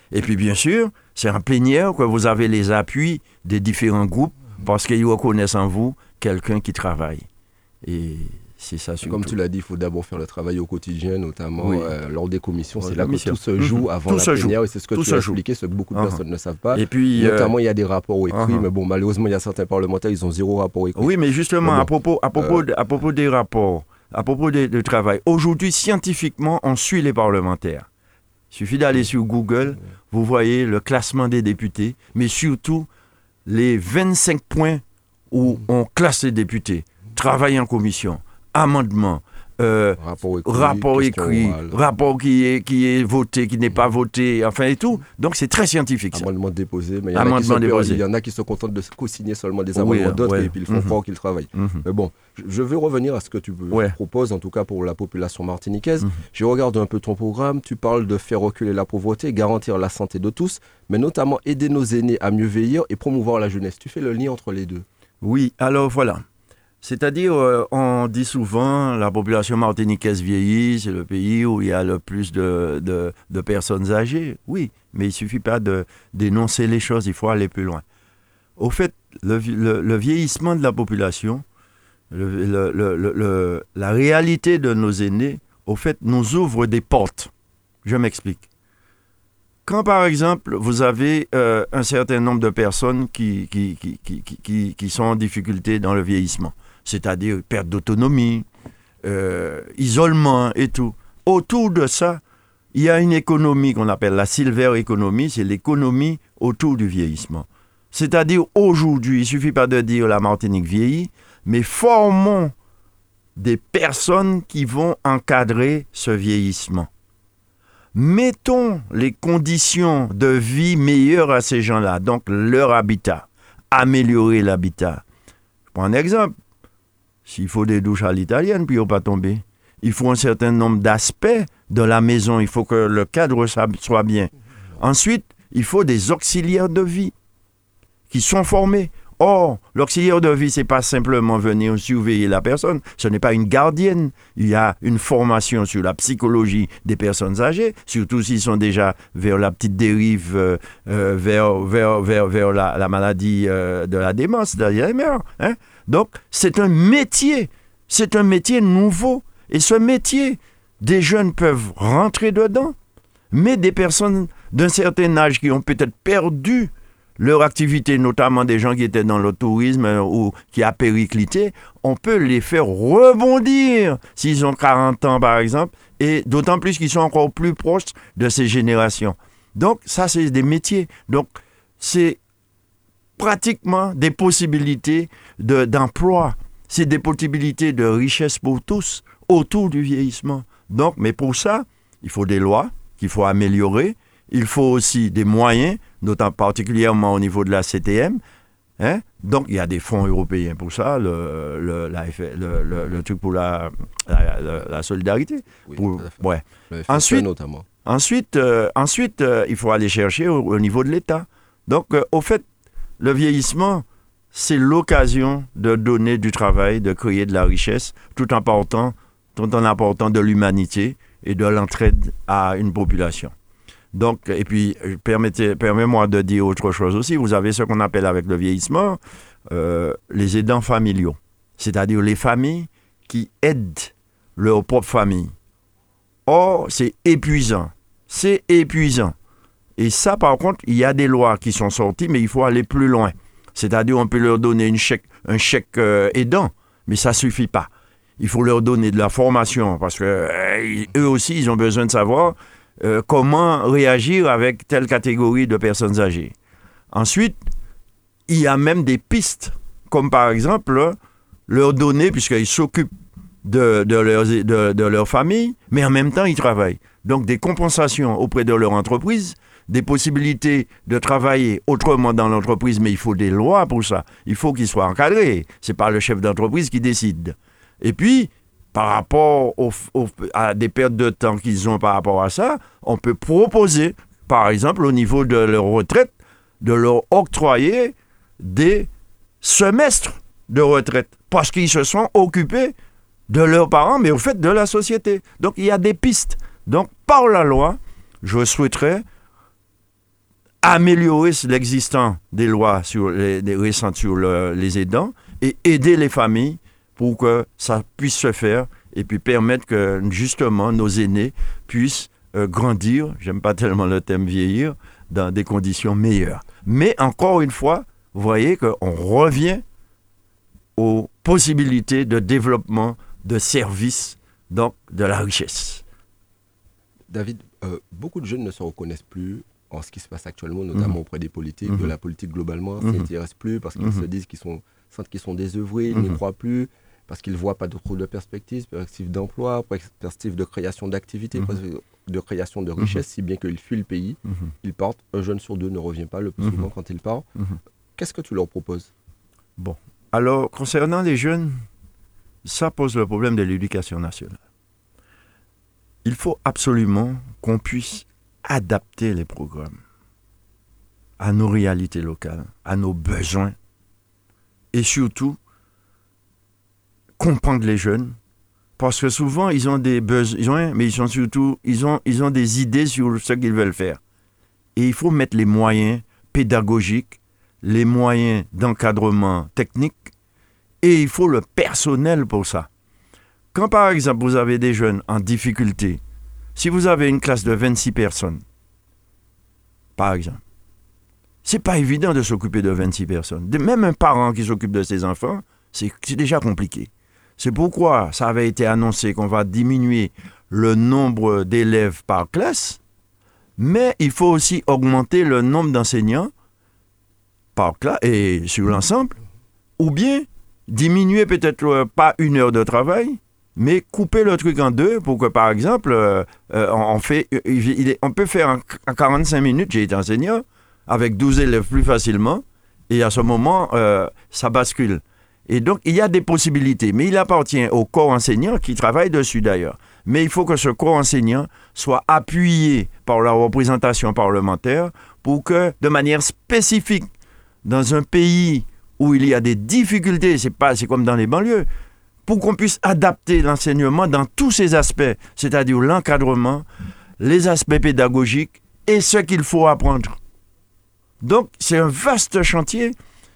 Et puis, bien sûr, c'est en plénière que vous avez les appuis des différents groupes parce qu'ils reconnaissent en vous quelqu'un qui travaille. Et c'est ça surtout. Comme tu l'as dit, il faut d'abord faire le travail au quotidien, notamment lors des commissions. C'est là que tout se joue avant la plénière. Et c'est ce que tu as expliqué, ce que beaucoup de personnes ne savent pas. Et puis, notamment, il y a des rapports écrits, mais bon, malheureusement, il y a certains parlementaires, ils ont 0 rapport écrit. Oui, mais justement, à propos des rapports, à propos du travail, aujourd'hui, scientifiquement, on suit les parlementaires. Il suffit d'aller sur Google, vous voyez le classement des députés, mais surtout les 25 points où on classe les députés. Travail en commission, amendement, rapport écrit, rapport qui est voté, qui n'est pas voté, enfin et tout. Donc c'est très scientifique. Amendement déposé, mais il y en a qui se contentent de co-signer seulement des amendements d'autres et puis ils font croire qu'ils travaillent. Mais bon, je veux revenir à ce que tu proposes, en tout cas pour la population martiniquaise. Je regarde un peu ton programme, tu parles de faire reculer la pauvreté, garantir la santé de tous, mais notamment aider nos aînés à mieux vieillir et promouvoir la jeunesse. Tu fais le lien entre les deux? Oui, alors voilà. C'est-à-dire, on dit souvent la population martiniquaise vieillit, c'est le pays où il y a le plus de personnes âgées. Oui, mais il ne suffit pas de dénoncer les choses, il faut aller plus loin. Au fait, le vieillissement de la population, la réalité de nos aînés, au fait, nous ouvre des portes. Je m'explique. Quand, par exemple, vous avez un certain nombre de personnes qui sont en difficulté dans le vieillissement, c'est-à-dire perte d'autonomie, isolement et tout, autour de ça, il y a une économie qu'on appelle la silver economy, c'est l'économie autour du vieillissement. C'est-à-dire, aujourd'hui, il ne suffit pas de dire la Martinique vieillit, mais formons des personnes qui vont encadrer ce vieillissement. Mettons les conditions de vie meilleures à ces gens-là, donc leur habitat, améliorer l'habitat. Je prends un exemple. S'il faut des douches à l'italienne, puis il ne faut pas tomber. Il faut un certain nombre d'aspects de la maison. Il faut que le cadre soit bien. Ensuite, il faut des auxiliaires de vie qui sont formés. Or, l'auxiliaire de vie, ce n'est pas simplement venir surveiller la personne, ce n'est pas une gardienne. Il y a une formation sur la psychologie des personnes âgées, surtout s'ils sont déjà vers la petite dérive, vers la maladie de la démence, d'Alzheimer. Hein? Donc, c'est un métier nouveau. Et ce métier, des jeunes peuvent rentrer dedans, mais des personnes d'un certain âge qui ont peut-être perdu leur activité, notamment des gens qui étaient dans le tourisme ou qui a périclité, on peut les faire rebondir s'ils ont 40 ans par exemple, et d'autant plus qu'ils sont encore plus proches de ces générations. Donc ça, c'est des métiers. Donc c'est pratiquement des possibilités d'emploi. C'est des possibilités de richesse pour tous autour du vieillissement. Donc, mais pour ça, il faut des lois qu'il faut améliorer. Il faut aussi des moyens, notamment particulièrement au niveau de la CTM. Hein? Donc, il y a des fonds européens pour ça, le truc pour la solidarité. Oui, ouais. Ensuite, notamment. Ensuite, il faut aller chercher au niveau de l'État. Donc, au fait, le vieillissement, c'est l'occasion de donner du travail, de créer de la richesse, tout en apportant de l'humanité et de l'entraide à une population. Donc, et puis, permets-moi de dire autre chose aussi. Vous avez ce qu'on appelle avec le vieillissement les aidants familiaux, c'est-à-dire les familles qui aident leur propre famille. Or, c'est épuisant. Et ça, par contre, il y a des lois qui sont sorties, mais il faut aller plus loin. C'est-à-dire, on peut leur donner un chèque aidant, mais ça ne suffit pas. Il faut leur donner de la formation, parce que eux aussi, ils ont besoin de savoir comment réagir avec telle catégorie de personnes âgées. Ensuite, il y a même des pistes, comme par exemple, leur donner, puisqu'ils s'occupent de leur famille, mais en même temps, ils travaillent. Donc, des compensations auprès de leur entreprise, des possibilités de travailler autrement dans l'entreprise, mais il faut des lois pour ça. Il faut qu'ils soient encadrés. Ce n'est pas le chef d'entreprise qui décide. Et puis, par rapport à des pertes de temps qu'ils ont par rapport à ça, on peut proposer, par exemple, au niveau de leur retraite, de leur octroyer des semestres de retraite, parce qu'ils se sont occupés de leurs parents, mais au fait de la société. Donc, il y a des pistes. Donc, par la loi, je souhaiterais améliorer l'existant des lois récentes sur les aidants et aider les familles pour que ça puisse se faire et puis permettre que justement nos aînés puissent grandir, j'aime pas tellement le terme vieillir, dans des conditions meilleures. Mais encore une fois, vous voyez qu'on revient aux possibilités de développement de services, donc de la richesse. David, beaucoup de jeunes ne se reconnaissent plus en ce qui se passe actuellement, notamment auprès des politiques, de la politique globalement, ne s'intéressent plus parce qu'ils se disent sentent qu'ils sont désœuvrés, ils n'y croient plus, parce qu'ils ne voient pas trop de perspectives d'emploi, perspectives de création d'activités, de création de richesses, si bien qu'ils fuient le pays, ils partent, un jeune sur deux ne revient pas le plus souvent quand il part. Qu'est-ce que tu leur proposes? Bon, alors concernant les jeunes, ça pose le problème de l'éducation nationale. Il faut absolument qu'on puisse adapter les programmes à nos réalités locales, à nos besoins, et surtout comprendre les jeunes, parce que souvent ils ont des besoins, mais ils ont des idées sur ce qu'ils veulent faire. Et il faut mettre les moyens pédagogiques, les moyens d'encadrement technique, et il faut le personnel pour ça. Quand par exemple vous avez des jeunes en difficulté, si vous avez une classe de 26 personnes, par exemple, c'est pas évident de s'occuper de 26 personnes. Même un parent qui s'occupe de ses enfants, c'est déjà compliqué. C'est pourquoi ça avait été annoncé qu'on va diminuer le nombre d'élèves par classe, mais il faut aussi augmenter le nombre d'enseignants par classe et sur l'ensemble, ou bien diminuer peut-être pas 1 heure de travail, mais couper le truc en deux pour que, par exemple, on peut faire en 45 minutes, j'ai été enseignant, avec 12 élèves plus facilement, et à ce moment, ça bascule. Et donc, il y a des possibilités, mais il appartient au corps enseignant qui travaille dessus d'ailleurs. Mais il faut que ce corps enseignant soit appuyé par la représentation parlementaire pour que, de manière spécifique, dans un pays où il y a des difficultés, c'est comme dans les banlieues, pour qu'on puisse adapter l'enseignement dans tous ses aspects, c'est-à-dire l'encadrement, les aspects pédagogiques et ce qu'il faut apprendre. Donc, c'est un vaste chantier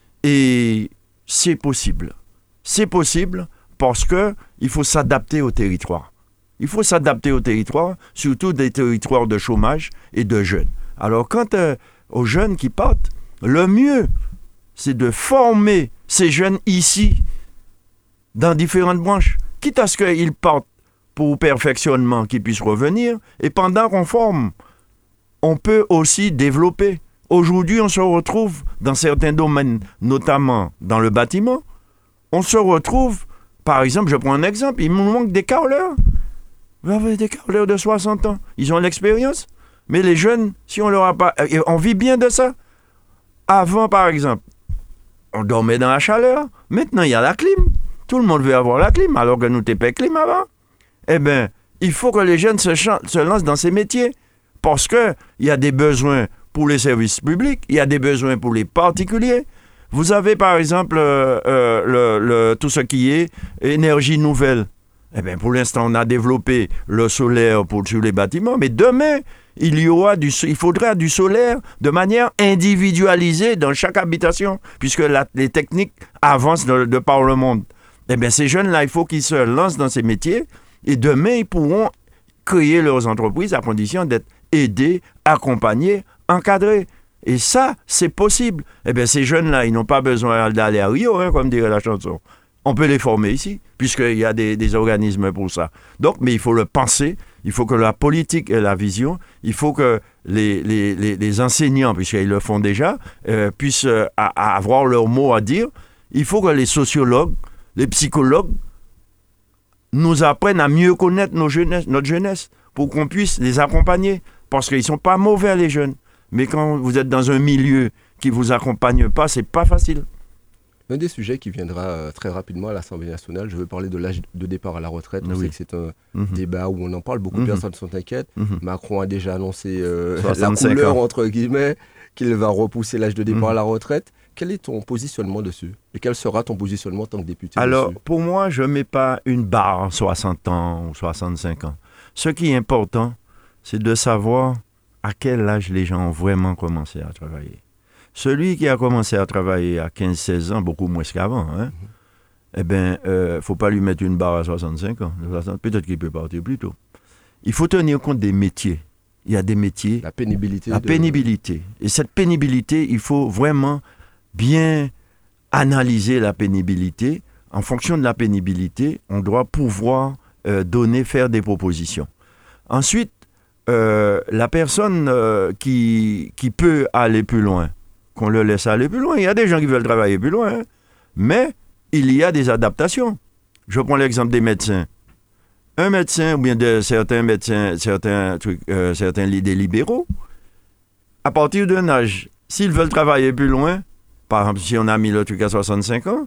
et c'est possible. C'est possible parce qu'il faut s'adapter au territoire. Il faut s'adapter au territoire, surtout des territoires de chômage et de jeunes. Alors, quant aux jeunes qui partent, le mieux, c'est de former ces jeunes ici, dans différentes branches, quitte à ce qu'ils partent pour perfectionnement, qu'ils puissent revenir, et pendant qu'on forme, on peut aussi développer. Aujourd'hui, on se retrouve dans certains domaines, notamment dans le bâtiment, on se retrouve, par exemple, je prends un exemple, il nous manque des carreleurs. Vous avez des carreleurs de 60 ans, ils ont l'expérience, mais les jeunes, si on leur a pas... On vit bien de ça. Avant, par exemple, on dormait dans la chaleur, maintenant il y a la clim. Tout le monde veut avoir la clim, alors que nous n'étions pas clim avant. Eh bien, il faut que les jeunes se lancent dans ces métiers, parce qu'il y a des besoins pour les services publics, il y a des besoins pour les particuliers. Vous avez par exemple tout ce qui est énergie nouvelle. Eh bien, pour l'instant, on a développé le solaire sur les bâtiments, mais demain, il faudra du solaire de manière individualisée dans chaque habitation, puisque les techniques avancent de par le monde. Eh bien, ces jeunes-là, il faut qu'ils se lancent dans ces métiers et demain, ils pourront créer leurs entreprises à condition d'être aidés, accompagnés, encadrés. Et ça, c'est possible. Eh bien, ces jeunes-là, ils n'ont pas besoin d'aller à Rio, comme dirait la chanson. On peut les former ici, puisqu'il y a des organismes pour ça. Donc, mais il faut le penser, il faut que la politique ait la vision, il faut que les enseignants, puisqu'ils le font déjà, puissent avoir leur mot à dire. Il faut que les sociologues, les psychologues nous apprennent à mieux connaître notre jeunesse pour qu'on puisse les accompagner. Parce qu'ils ne sont pas mauvais, les jeunes. Mais quand vous êtes dans un milieu qui ne vous accompagne pas, ce n'est pas facile. Un des sujets qui viendra très rapidement à l'Assemblée nationale, je veux parler de l'âge de départ à la retraite. On sait que c'est un débat où on en parle, beaucoup de personnes sont inquiètes. Macron a déjà annoncé la couleur, entre guillemets, qu'il va repousser l'âge de départ à la retraite. Quel est ton positionnement dessus? Et quel sera ton positionnement en tant que député Alors, dessus? Pour moi, je ne mets pas une barre 60 ans ou 65 ans. Ce qui est important, c'est de savoir à quel âge les gens ont vraiment commencé à travailler. Celui qui a commencé à travailler à 15-16 ans, beaucoup moins qu'avant, hein, eh bien, faut pas lui mettre une barre à 65 ans. Peut-être qu'il peut partir plus tôt. Il faut tenir compte des métiers. Il y a des métiers. La pénibilité. Pénibilité. Et cette pénibilité, il faut vraiment bien analyser la pénibilité. En fonction de la pénibilité, on doit pouvoir faire des propositions. Ensuite, la personne qui peut aller plus loin, qu'on le laisse aller plus loin. Il y a des gens qui veulent travailler plus loin, hein, mais il y a des adaptations. Je prends l'exemple des médecins. Un médecin, ou bien de certains médecins, certains des libéraux, à partir d'un âge, s'ils veulent travailler plus loin, par exemple, si on a mis le truc à 65 ans,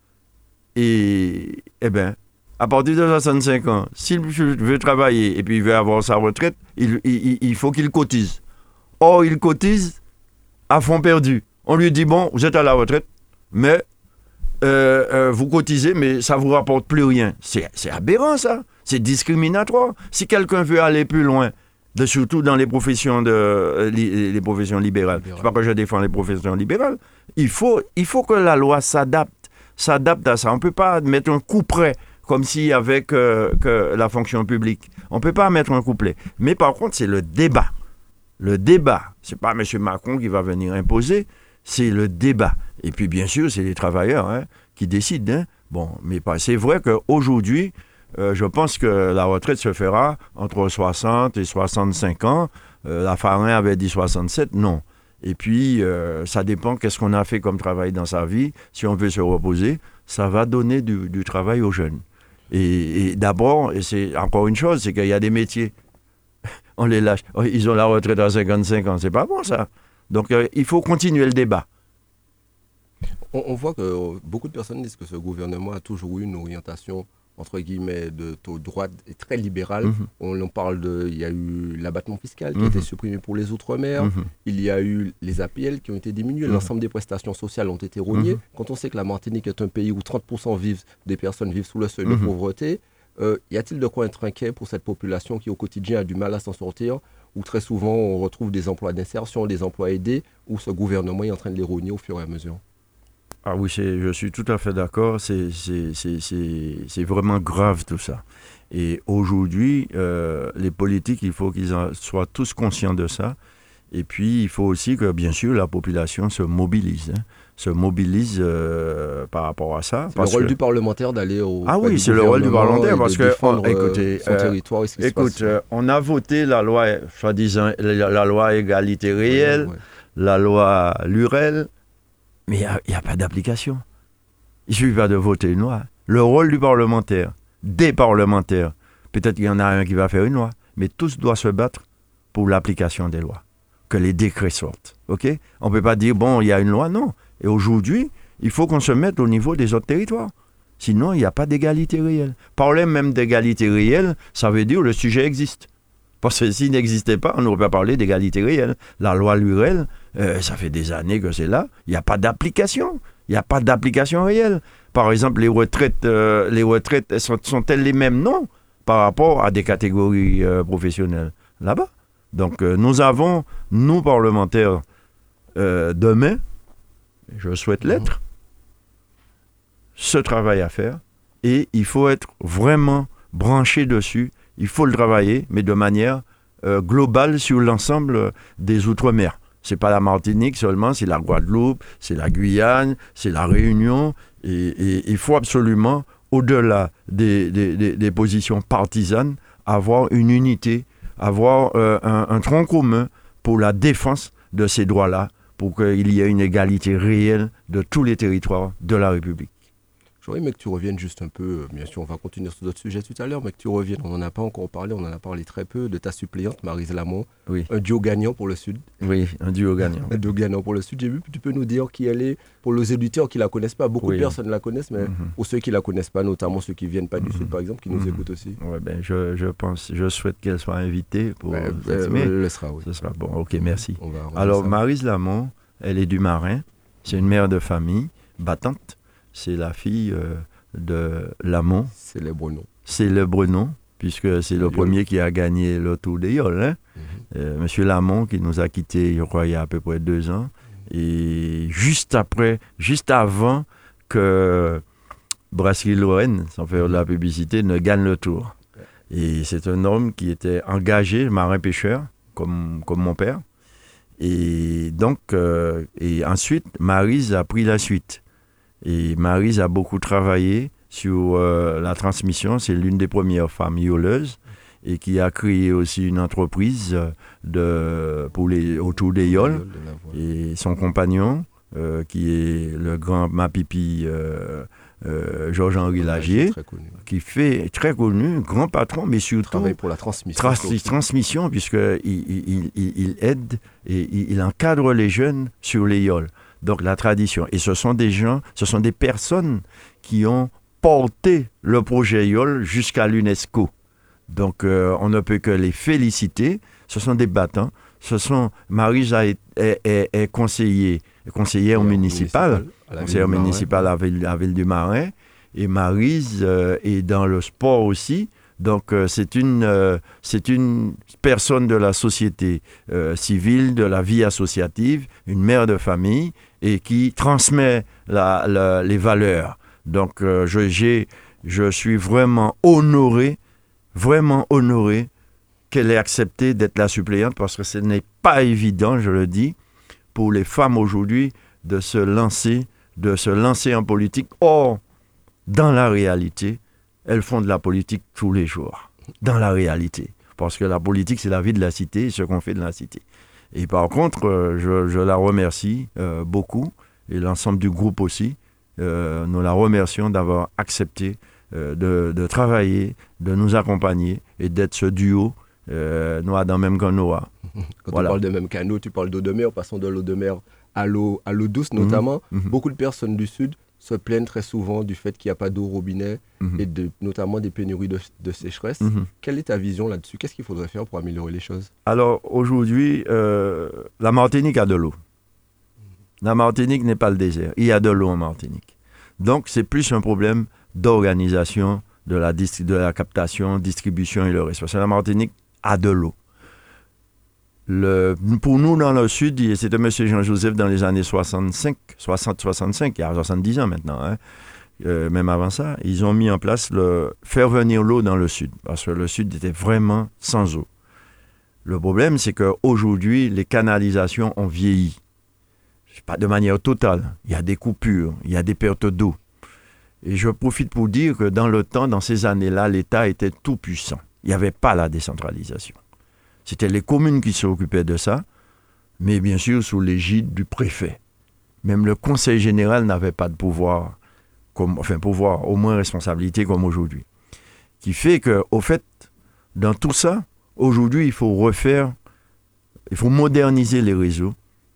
eh bien, à partir de 65 ans, s'il veut travailler et puis il veut avoir sa retraite, il faut qu'il cotise. Or, il cotise à fond perdu. On lui dit, bon, vous êtes à la retraite, mais vous cotisez, mais ça ne vous rapporte plus rien. C'est aberrant, ça. C'est discriminatoire. Si quelqu'un veut aller plus loin, surtout dans les professions, les professions libérales, je ne sais pas que je défends les professions libérales, il faut que la loi s'adapte à ça. On ne peut pas mettre un couperet comme si avec la fonction publique. On ne peut pas mettre un couplet. Mais par contre, c'est le débat. Le débat, ce n'est pas M. Macron qui va venir imposer, c'est le débat. Et puis, bien sûr, c'est les travailleurs qui décident. Hein. Bon, mais c'est vrai qu'aujourd'hui, je pense que la retraite se fera entre 60 et 65 ans. La Farin avait dit 67, non. Et puis, ça dépend qu'est-ce qu'on a fait comme travail dans sa vie. Si on veut se reposer, ça va donner du travail aux jeunes. Et d'abord, et c'est encore une chose, c'est qu'il y a des métiers. On les lâche. Ils ont la retraite à 55 ans. C'est pas bon, ça. Donc, il faut continuer le débat. On voit que beaucoup de personnes disent que ce gouvernement a toujours eu une orientation, entre guillemets, de taux droite et très libérale. On parle il y a eu l'abattement fiscal qui a été supprimé pour les Outre-mer. Il y a eu les APL qui ont été diminuées. L'ensemble des prestations sociales ont été rognées. Quand on sait que la Martinique est un pays où 30% des personnes vivent sous le seuil de pauvreté, y a-t-il de quoi être inquiet pour cette population qui au quotidien a du mal à s'en sortir, où très souvent on retrouve des emplois d'insertion, des emplois aidés, où ce gouvernement est en train de les rogner au fur et à mesure? Ah oui, je suis tout à fait d'accord. C'est vraiment grave tout ça. Et aujourd'hui, les politiques, il faut qu'ils soient tous conscients de ça. Et puis, il faut aussi que, bien sûr, la population se mobilise. Par rapport à ça. C'est le rôle du parlementaire d'aller au... Ah oui, c'est le rôle du parlementaire parce que, écoutez, son territoire et ce qui se passe. On a voté la loi, soi-disant, la loi égalité réelle, la loi Lurel, mais il n'y a pas d'application. Il ne suffit pas de voter une loi. Le rôle du parlementaire, des parlementaires, peut-être qu'il y en a un qui va faire une loi, mais tous doivent se battre pour l'application des lois, que les décrets sortent. Okay? On ne peut pas dire, bon, il y a une loi, non. Et aujourd'hui, il faut qu'on se mette au niveau des autres territoires. Sinon, il n'y a pas d'égalité réelle. Parler même d'égalité réelle, ça veut dire que le sujet existe. Parce que s'il n'existait pas, on n'aurait pas parlé d'égalité réelle. La loi Lurel, ça fait des années que c'est là. Il n'y a pas d'application. Il n'y a pas d'application réelle. Par exemple, les retraites sont-elles les mêmes? Non, par rapport à des catégories professionnelles là-bas. Donc, nous avons, nous parlementaires, demain, je souhaite l'être, ce travail à faire, et il faut être vraiment branché dessus. Il faut le travailler, mais de manière globale sur l'ensemble des Outre-mer. Ce n'est pas la Martinique seulement, c'est la Guadeloupe, c'est la Guyane, c'est la Réunion. Et il faut absolument, au-delà des positions partisanes, avoir une unité, avoir un tronc commun pour la défense de ces droits-là, pour qu'il y ait une égalité réelle de tous les territoires de la République. J'aurais aimé que tu reviennes juste un peu, bien sûr on va continuer sur d'autres sujets tout à l'heure, mais que tu reviennes, on n'en a pas encore parlé, on en a parlé très peu, de ta suppléante Maryse Lamont, oui. Un duo gagnant pour le Sud. Oui, un duo gagnant. Un duo gagnant pour le Sud, j'ai vu, tu peux nous dire qui elle est, pour les auditeurs qui ne la connaissent pas, beaucoup de personnes la connaissent, mais pour ceux qui ne la connaissent pas, notamment ceux qui ne viennent pas du Sud par exemple, qui nous écoutent aussi. Ouais, je souhaite qu'elle soit invitée pour s'exprimer. Elle le sera, oui. Ce sera bon, ok, merci. Alors Maryse Lamont, elle est du Marin, c'est une mère de famille, battante, c'est la fille... de Lamont. Célèbre nom. Célèbre nom. puisque c'est le premier qui a gagné le Tour des Yoles. Hein? Monsieur Lamont, qui nous a quittés, je crois, il y a à peu près 2 ans. Et juste avant que Brasserie Lorraine, sans faire de la publicité, ne gagne le Tour. Et c'est un homme qui était engagé, marin-pêcheur, comme mon père. Et donc, et ensuite, Maryse a pris la suite. Et Maryse a beaucoup travaillé sur la transmission. C'est l'une des premières femmes yoleuses et qui a créé aussi une entreprise autour des yoles. Et son compagnon, qui est le grand Mapipi Georges-Henri Lagier, qui fait très connu, grand patron, mais surtout travaille pour la transmission. Transmission, puisqu'il aide et il encadre les jeunes sur les yoles. Donc la tradition. Et ce sont des personnes qui ont porté le projet YOL jusqu'à l'UNESCO. Donc on ne peut que les féliciter. Ce sont des battants. Maryse est conseillère municipale à la ville du Marin. Et Maryse est dans le sport aussi. Donc c'est une personne de la société civile, de la vie associative, une mère de famille et qui transmet les valeurs. Donc je suis vraiment honoré qu'elle ait accepté d'être la suppléante parce que ce n'est pas évident, je le dis, pour les femmes aujourd'hui de se lancer en politique. Or, dans la réalité, elles font de la politique tous les jours, dans la réalité. Parce que la politique, c'est la vie de la cité, ce qu'on fait de la cité. Et par contre, je la remercie beaucoup, et l'ensemble du groupe aussi. Nous la remercions d'avoir accepté de travailler, de nous accompagner et d'être ce duo Noah dans même canot. Quand on parle de même canot, tu parles d'eau de mer, passons de l'eau de mer à l'eau douce notamment. Beaucoup de personnes du Sud se plaignent très souvent du fait qu'il n'y a pas d'eau au robinet et notamment des pénuries de sécheresse. Quelle est ta vision là-dessus? Qu'est-ce qu'il faudrait faire pour améliorer les choses? Alors aujourd'hui, la Martinique a de l'eau. La Martinique n'est pas le désert. Il y a de l'eau en Martinique. Donc c'est plus un problème d'organisation de la captation, distribution et le reste. Parce que la Martinique a de l'eau. Pour nous, dans le Sud, c'était M. Jean-Joseph dans les années 65, il y a 70 ans maintenant, hein, même avant ça, ils ont mis en place faire venir l'eau dans le Sud, parce que le Sud était vraiment sans eau. Le problème, c'est qu'aujourd'hui, les canalisations ont vieilli. Pas de manière totale. Il y a des coupures, il y a des pertes d'eau. Et je profite pour dire que dans le temps, dans ces années-là, l'État était tout puissant. Il n'y avait pas la décentralisation. C'était les communes qui s'occupaient de ça, mais bien sûr sous l'égide du préfet. Même le conseil général n'avait pas de pouvoir, pouvoir, au moins responsabilité comme aujourd'hui. Qui fait qu'au fait, dans tout ça, aujourd'hui, il faut moderniser les réseaux.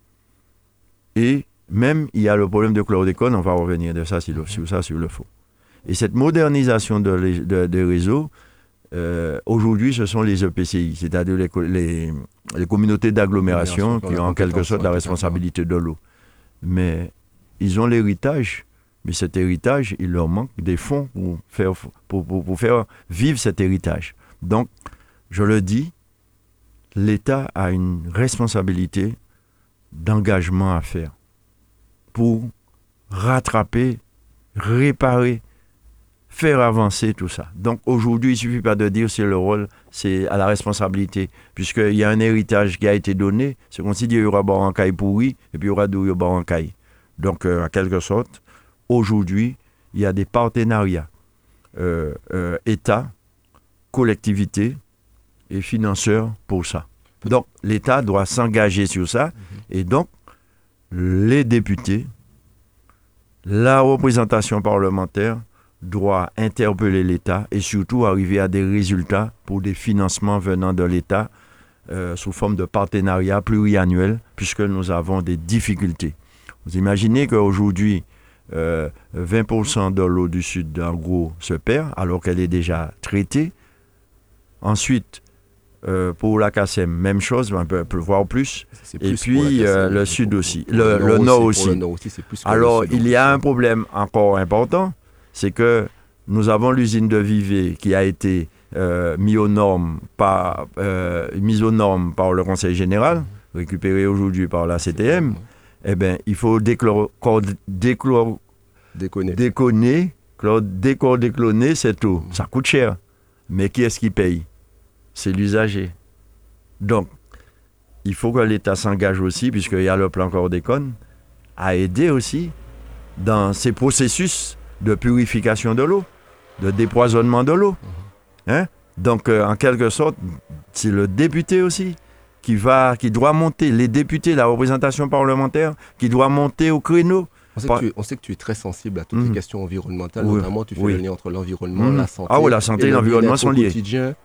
Et même, il y a le problème de chlordécone, on va revenir de ça sur le fond. Et cette modernisation des réseaux, aujourd'hui, ce sont les EPCI, c'est-à-dire les communautés d'agglomération qui ont en quelque sorte la responsabilité de l'eau. Mais ils ont l'héritage, mais cet héritage, il leur manque des fonds pour faire vivre cet héritage. Donc, je le dis, l'État a une responsabilité d'engagement à faire pour rattraper, réparer, faire avancer tout ça. Donc aujourd'hui, il ne suffit pas de dire c'est le rôle, c'est à la responsabilité, puisqu'il y a un héritage qui a été donné, c'est qu'on s'est dit il y aura Barancaille pourri, et puis il y aura d'où Barancaille. Donc en quelque sorte, aujourd'hui, il y a des partenariats État, collectivité et financeurs pour ça. Donc l'État doit s'engager sur ça, et donc les députés, la représentation parlementaire doit interpeller l'État et surtout arriver à des résultats pour des financements venant de l'État sous forme de partenariat pluriannuel, puisque nous avons des difficultés. Vous imaginez qu'aujourd'hui, 20% de l'eau du Sud, en gros, se perd, alors qu'elle est déjà traitée. Ensuite, pour la KSM, même chose, un peu voire plus. Et puis le Sud aussi, le Nord aussi. Alors, il y a un problème encore important, c'est que nous avons l'usine de Vivet qui a été mis aux normes par le Conseil général, récupéré aujourd'hui par la CTM, eh bien, il faut décloner, c'est tout. Ça coûte cher. Mais qui est-ce qui paye? C'est l'usager. Donc, il faut que l'État s'engage aussi, puisqu'il y a le plan chlordécone, à aider aussi dans ces processus de purification de l'eau, de dépoisonnement de l'eau. Hein? Donc, en quelque sorte, c'est le député aussi qui doit monter, les députés, la représentation parlementaire, qui doit monter au créneau. On sait que tu es très sensible à toutes les questions environnementales, notamment tu fais le lien entre l'environnement, la santé. Ah oui, la santé et l'environnement sont liés.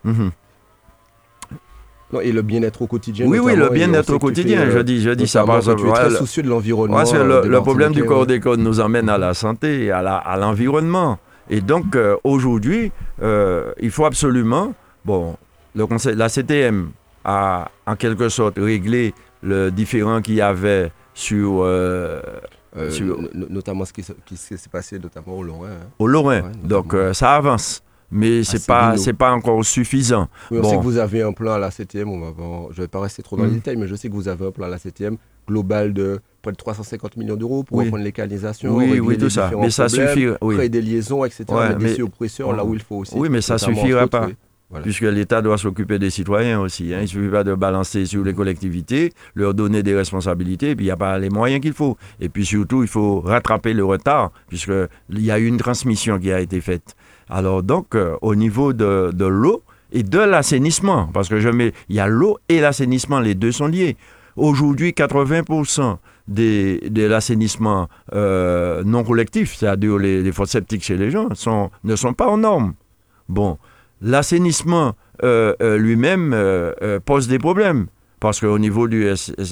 Non, et le bien-être au quotidien. Oui, le bien-être au quotidien, je dis ça. Parce que tu es très soucieux de l'environnement. Le problème du chlordécone nous emmène à la santé, à l'environnement. Et donc, aujourd'hui, il faut absolument... la CTM a, en quelque sorte, réglé le différend qu'il y avait sur... notamment ce qui s'est passé notamment au Lorrain. Hein. Au Lorrain. Donc, ça avance. Mais c'est pas encore suffisant. Oui, on sait que vous avez un plan à la CTM, je ne vais pas rester trop dans les détails, mais je sais que vous avez un plan à la CTM global de près de 350 millions d'euros pour reprendre les canalisations, régler tout ça. Mais ça suffira. Créer des liaisons, etc. Mettre des surpresseurs là où il faut aussi. Oui, mais ça ne suffira pas. Voilà. Puisque l'État doit s'occuper des citoyens aussi. Hein. Il ne suffit pas de balancer sur les collectivités, leur donner des responsabilités, et puis il n'y a pas les moyens qu'il faut. Et puis surtout, il faut rattraper le retard, puisqu'il y a eu une transmission qui a été faite. Alors donc, au niveau de l'eau et de l'assainissement, parce que il y a l'eau et l'assainissement, les deux sont liés. Aujourd'hui, 80% de l'assainissement non collectif, c'est-à-dire les fosses septiques chez les gens, ne sont pas aux normes. Bon, l'assainissement lui-même pose des problèmes, parce qu'au niveau du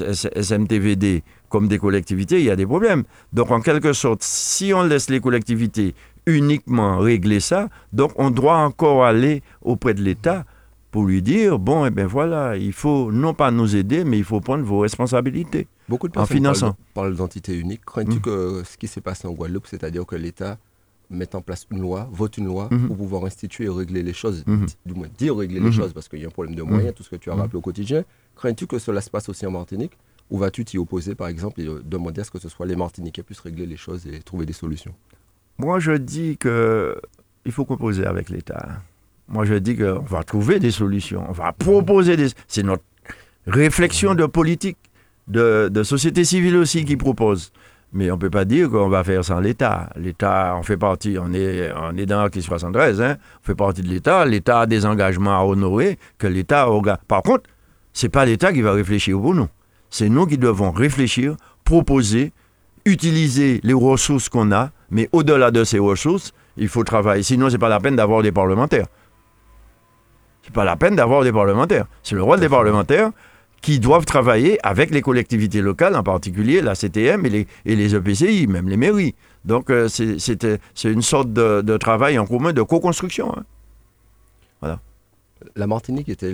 SMTVD, comme des collectivités, il y a des problèmes. Donc, en quelque sorte, si on laisse les collectivités uniquement régler ça, donc on doit encore aller auprès de l'État pour lui dire, voilà, il faut non pas nous aider, mais il faut prendre vos responsabilités. Beaucoup de personnes parlent d'entité unique. Crains-tu que ce qui s'est passé en Guadeloupe, c'est-à-dire que l'État mette en place une loi, vote une loi pour pouvoir instituer et régler les choses, du moins dire régler les choses, parce qu'il y a un problème de moyens, tout ce que tu as rappelé au quotidien. Crains-tu que cela se passe aussi en Martinique, ou vas-tu t'y opposer, par exemple, et demander à ce que ce soit les Martiniquais puissent régler les choses et trouver des solutions? Moi, je dis qu'il faut composer avec l'État. Moi, je dis qu'on va trouver des solutions. On va proposer des... C'est notre réflexion de politique, de société civile aussi qui propose. Mais on ne peut pas dire qu'on va faire sans l'État. L'État, on fait partie, on est dans l'article 73, on fait partie de l'État. L'État a des engagements à honorer que l'État... Par contre, ce n'est pas l'État qui va réfléchir pour nous. C'est nous qui devons réfléchir, proposer, utiliser les ressources qu'on a, mais au-delà de ces ressources, il faut travailler. Sinon, ce n'est pas la peine d'avoir des parlementaires. Ce n'est pas la peine d'avoir des parlementaires. C'est le rôle des parlementaires qui doivent travailler avec les collectivités locales, en particulier la CTM et les EPCI, même les mairies. Donc, c'est une sorte de travail en commun, de co-construction. Hein. Voilà. La Martinique était,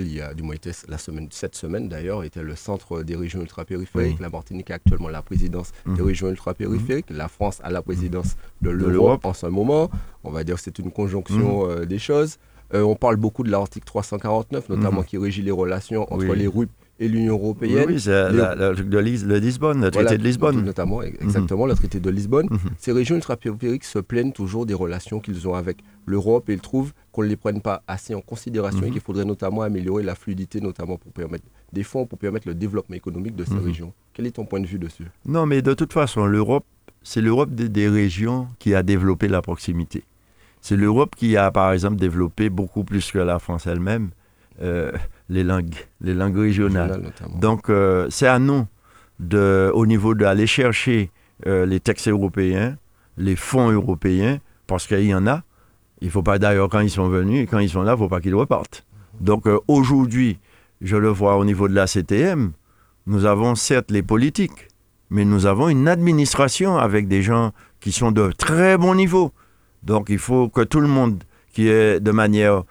cette semaine d'ailleurs, était le centre des régions ultrapériphériques. La Martinique a actuellement la présidence des régions ultrapériphériques. La France a la présidence de l'Europe en ce moment. On va dire que c'est une conjonction des choses. On parle beaucoup de l'article 349, notamment qui régit les relations entre les RUP et l'Union européenne. Oui, c'est le truc de Lisbonne, le traité de Lisbonne. Notamment, exactement, le traité de Lisbonne. Ces régions ultrapériphériques se plaignent toujours des relations qu'ils ont avec l'Europe et ils trouvent qu'on ne les prenne pas assez en considération et qu'il faudrait notamment améliorer la fluidité, notamment pour permettre des fonds, pour permettre le développement économique de ces régions. Quel est ton point de vue dessus? Non, mais de toute façon, c'est l'Europe des régions qui a développé la proximité. C'est l'Europe qui a, par exemple, développé beaucoup plus que la France elle-même les langues régionales. Donc, c'est à nous, au niveau d'aller chercher les textes européens, les fonds européens, parce qu'il y en a. Il ne faut pas, d'ailleurs, quand ils sont venus, quand ils sont là, il ne faut pas qu'ils repartent. Donc, aujourd'hui, je le vois au niveau de la CTM, nous avons certes les politiques, mais nous avons une administration avec des gens qui sont de très bon niveau. Donc, il faut que tout le monde, qui est de manière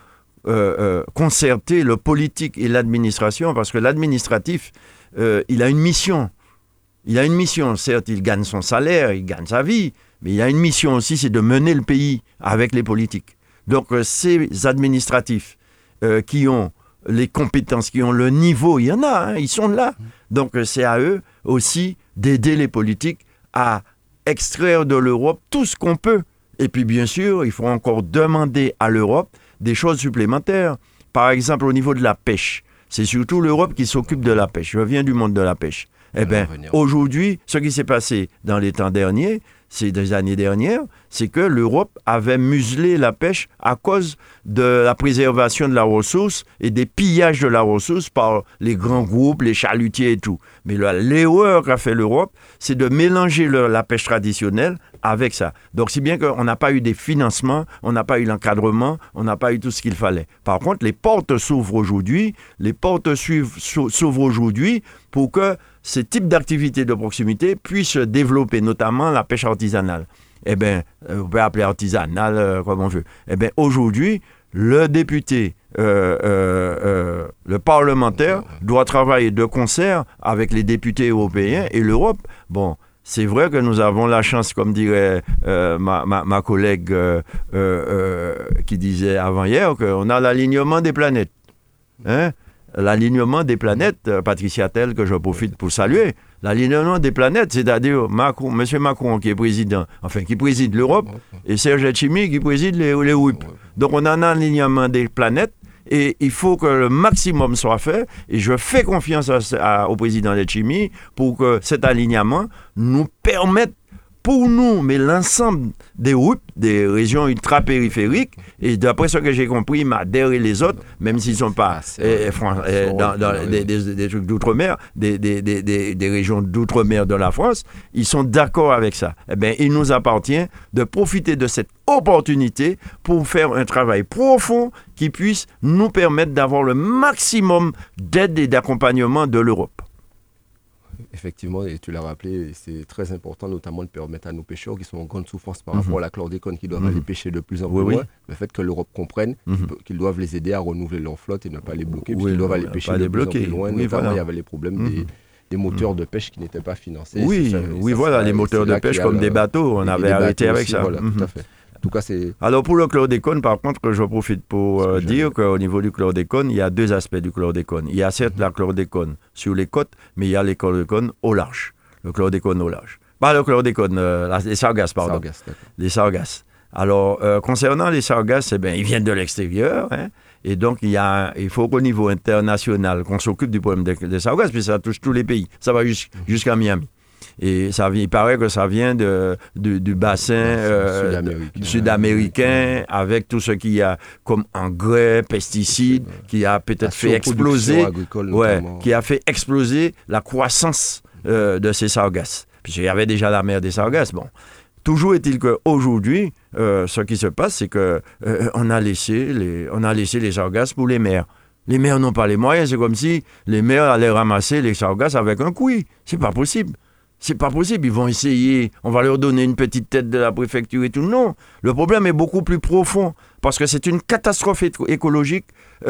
concertée, le politique et l'administration, parce que l'administratif, il a une mission. Il a une mission, certes, il gagne son salaire, il gagne sa vie, mais il a une mission aussi, c'est de mener le pays avec les politiques. Donc, ces administratifs qui ont les compétences, qui ont le niveau, il y en a, ils sont là. Donc c'est à eux aussi d'aider les politiques à extraire de l'Europe tout ce qu'on peut. Et puis bien sûr, il faut encore demander à l'Europe des choses supplémentaires. Par exemple, au niveau de la pêche, c'est surtout l'Europe qui s'occupe de la pêche. Je viens du monde de la pêche. Eh bien, aujourd'hui, ce qui s'est passé dans les temps derniers, ces 2 années dernières, c'est que l'Europe avait muselé la pêche à cause de la préservation de la ressource et des pillages de la ressource par les grands groupes, les chalutiers et tout. Mais l'erreur qu'a fait l'Europe, c'est de mélanger la pêche traditionnelle avec ça. Donc, si bien qu'on n'a pas eu des financements, on n'a pas eu l'encadrement, on n'a pas eu tout ce qu'il fallait. Par contre, les portes s'ouvrent aujourd'hui, s'ouvrent aujourd'hui pour que ces types d'activités de proximité puissent se développer, notamment la pêche artisanale. Eh bien, on peut appeler artisanale comme on veut. Eh bien, aujourd'hui, le député, le parlementaire doit travailler de concert avec les députés européens et l'Europe. Bon, c'est vrai que nous avons la chance, comme dirait ma collègue qui disait avant-hier, qu'on a l'alignement des planètes. Hein? L'alignement des planètes, Patricia Tell, que je profite pour saluer, l'alignement des planètes, c'est-à-dire M. Macron qui est président, enfin qui préside l'Europe, et Serge Letchimy qui préside les WIP. Donc on a un alignement des planètes, et il faut que le maximum soit fait, et je fais confiance au président Letchimy pour que cet alignement nous permette, pour nous, mais l'ensemble des WIP, des régions ultra-périphériques, et d'après ce que j'ai compris, Madère et les autres, même s'ils ne sont pas dans des trucs d'outre-mer, des régions d'outre-mer de la France, ils sont d'accord avec ça. Eh bien, il nous appartient de profiter de cette opportunité pour faire un travail profond qui puisse nous permettre d'avoir le maximum d'aide et d'accompagnement de l'Europe. Effectivement, et tu l'as rappelé, c'est très important, notamment de permettre à nos pêcheurs qui sont en grande souffrance par rapport à la chlordécone, qui doivent aller pêcher de plus en plus loin, le fait que l'Europe comprenne qu'ils doivent les aider à renouveler leur flotte et ne pas les bloquer, puisqu'ils doivent aller pêcher de plus en plus loin. Notamment, il y avait les problèmes des moteurs de pêche qui n'étaient pas financés. Les moteurs de pêche comme des bateaux, on avait arrêté avec ça. Voilà, tout à fait. En tout cas, c'est... Alors pour le chlordécone, par contre, je profite pour dire qu'au niveau du chlordécone, il y a 2 aspects du chlordécone. Il y a certes la chlordécone sur les côtes, mais il y a les chlordécones au large. Le chlordécone au large. Pas le chlordécone, les sargasses, pardon. Les sargasses. Alors, concernant les sargasses, ils viennent de l'extérieur, hein, et donc il faut qu'au niveau international, qu'on s'occupe du problème des sargasses, puis ça touche tous les pays. Ça va jusqu'à Miami. Et il paraît que ça vient du bassin sud-américain avec tout ce qu'il y a comme engrais, pesticides, qui a peut-être fait exploser, qui a fait exploser la croissance de ces sargasses. Puis il y avait déjà la mer des sargasses. Bon. Toujours est-il qu'aujourd'hui, ce qui se passe, c'est qu'on a laissé les sargasses pour les mers. Les mers n'ont pas les moyens. C'est comme si les mers allaient ramasser les sargasses avec un couille. C'est pas possible. C'est pas possible, ils vont essayer, on va leur donner une petite tête de la préfecture et tout. Non, le problème est beaucoup plus profond, parce que c'est une catastrophe écologique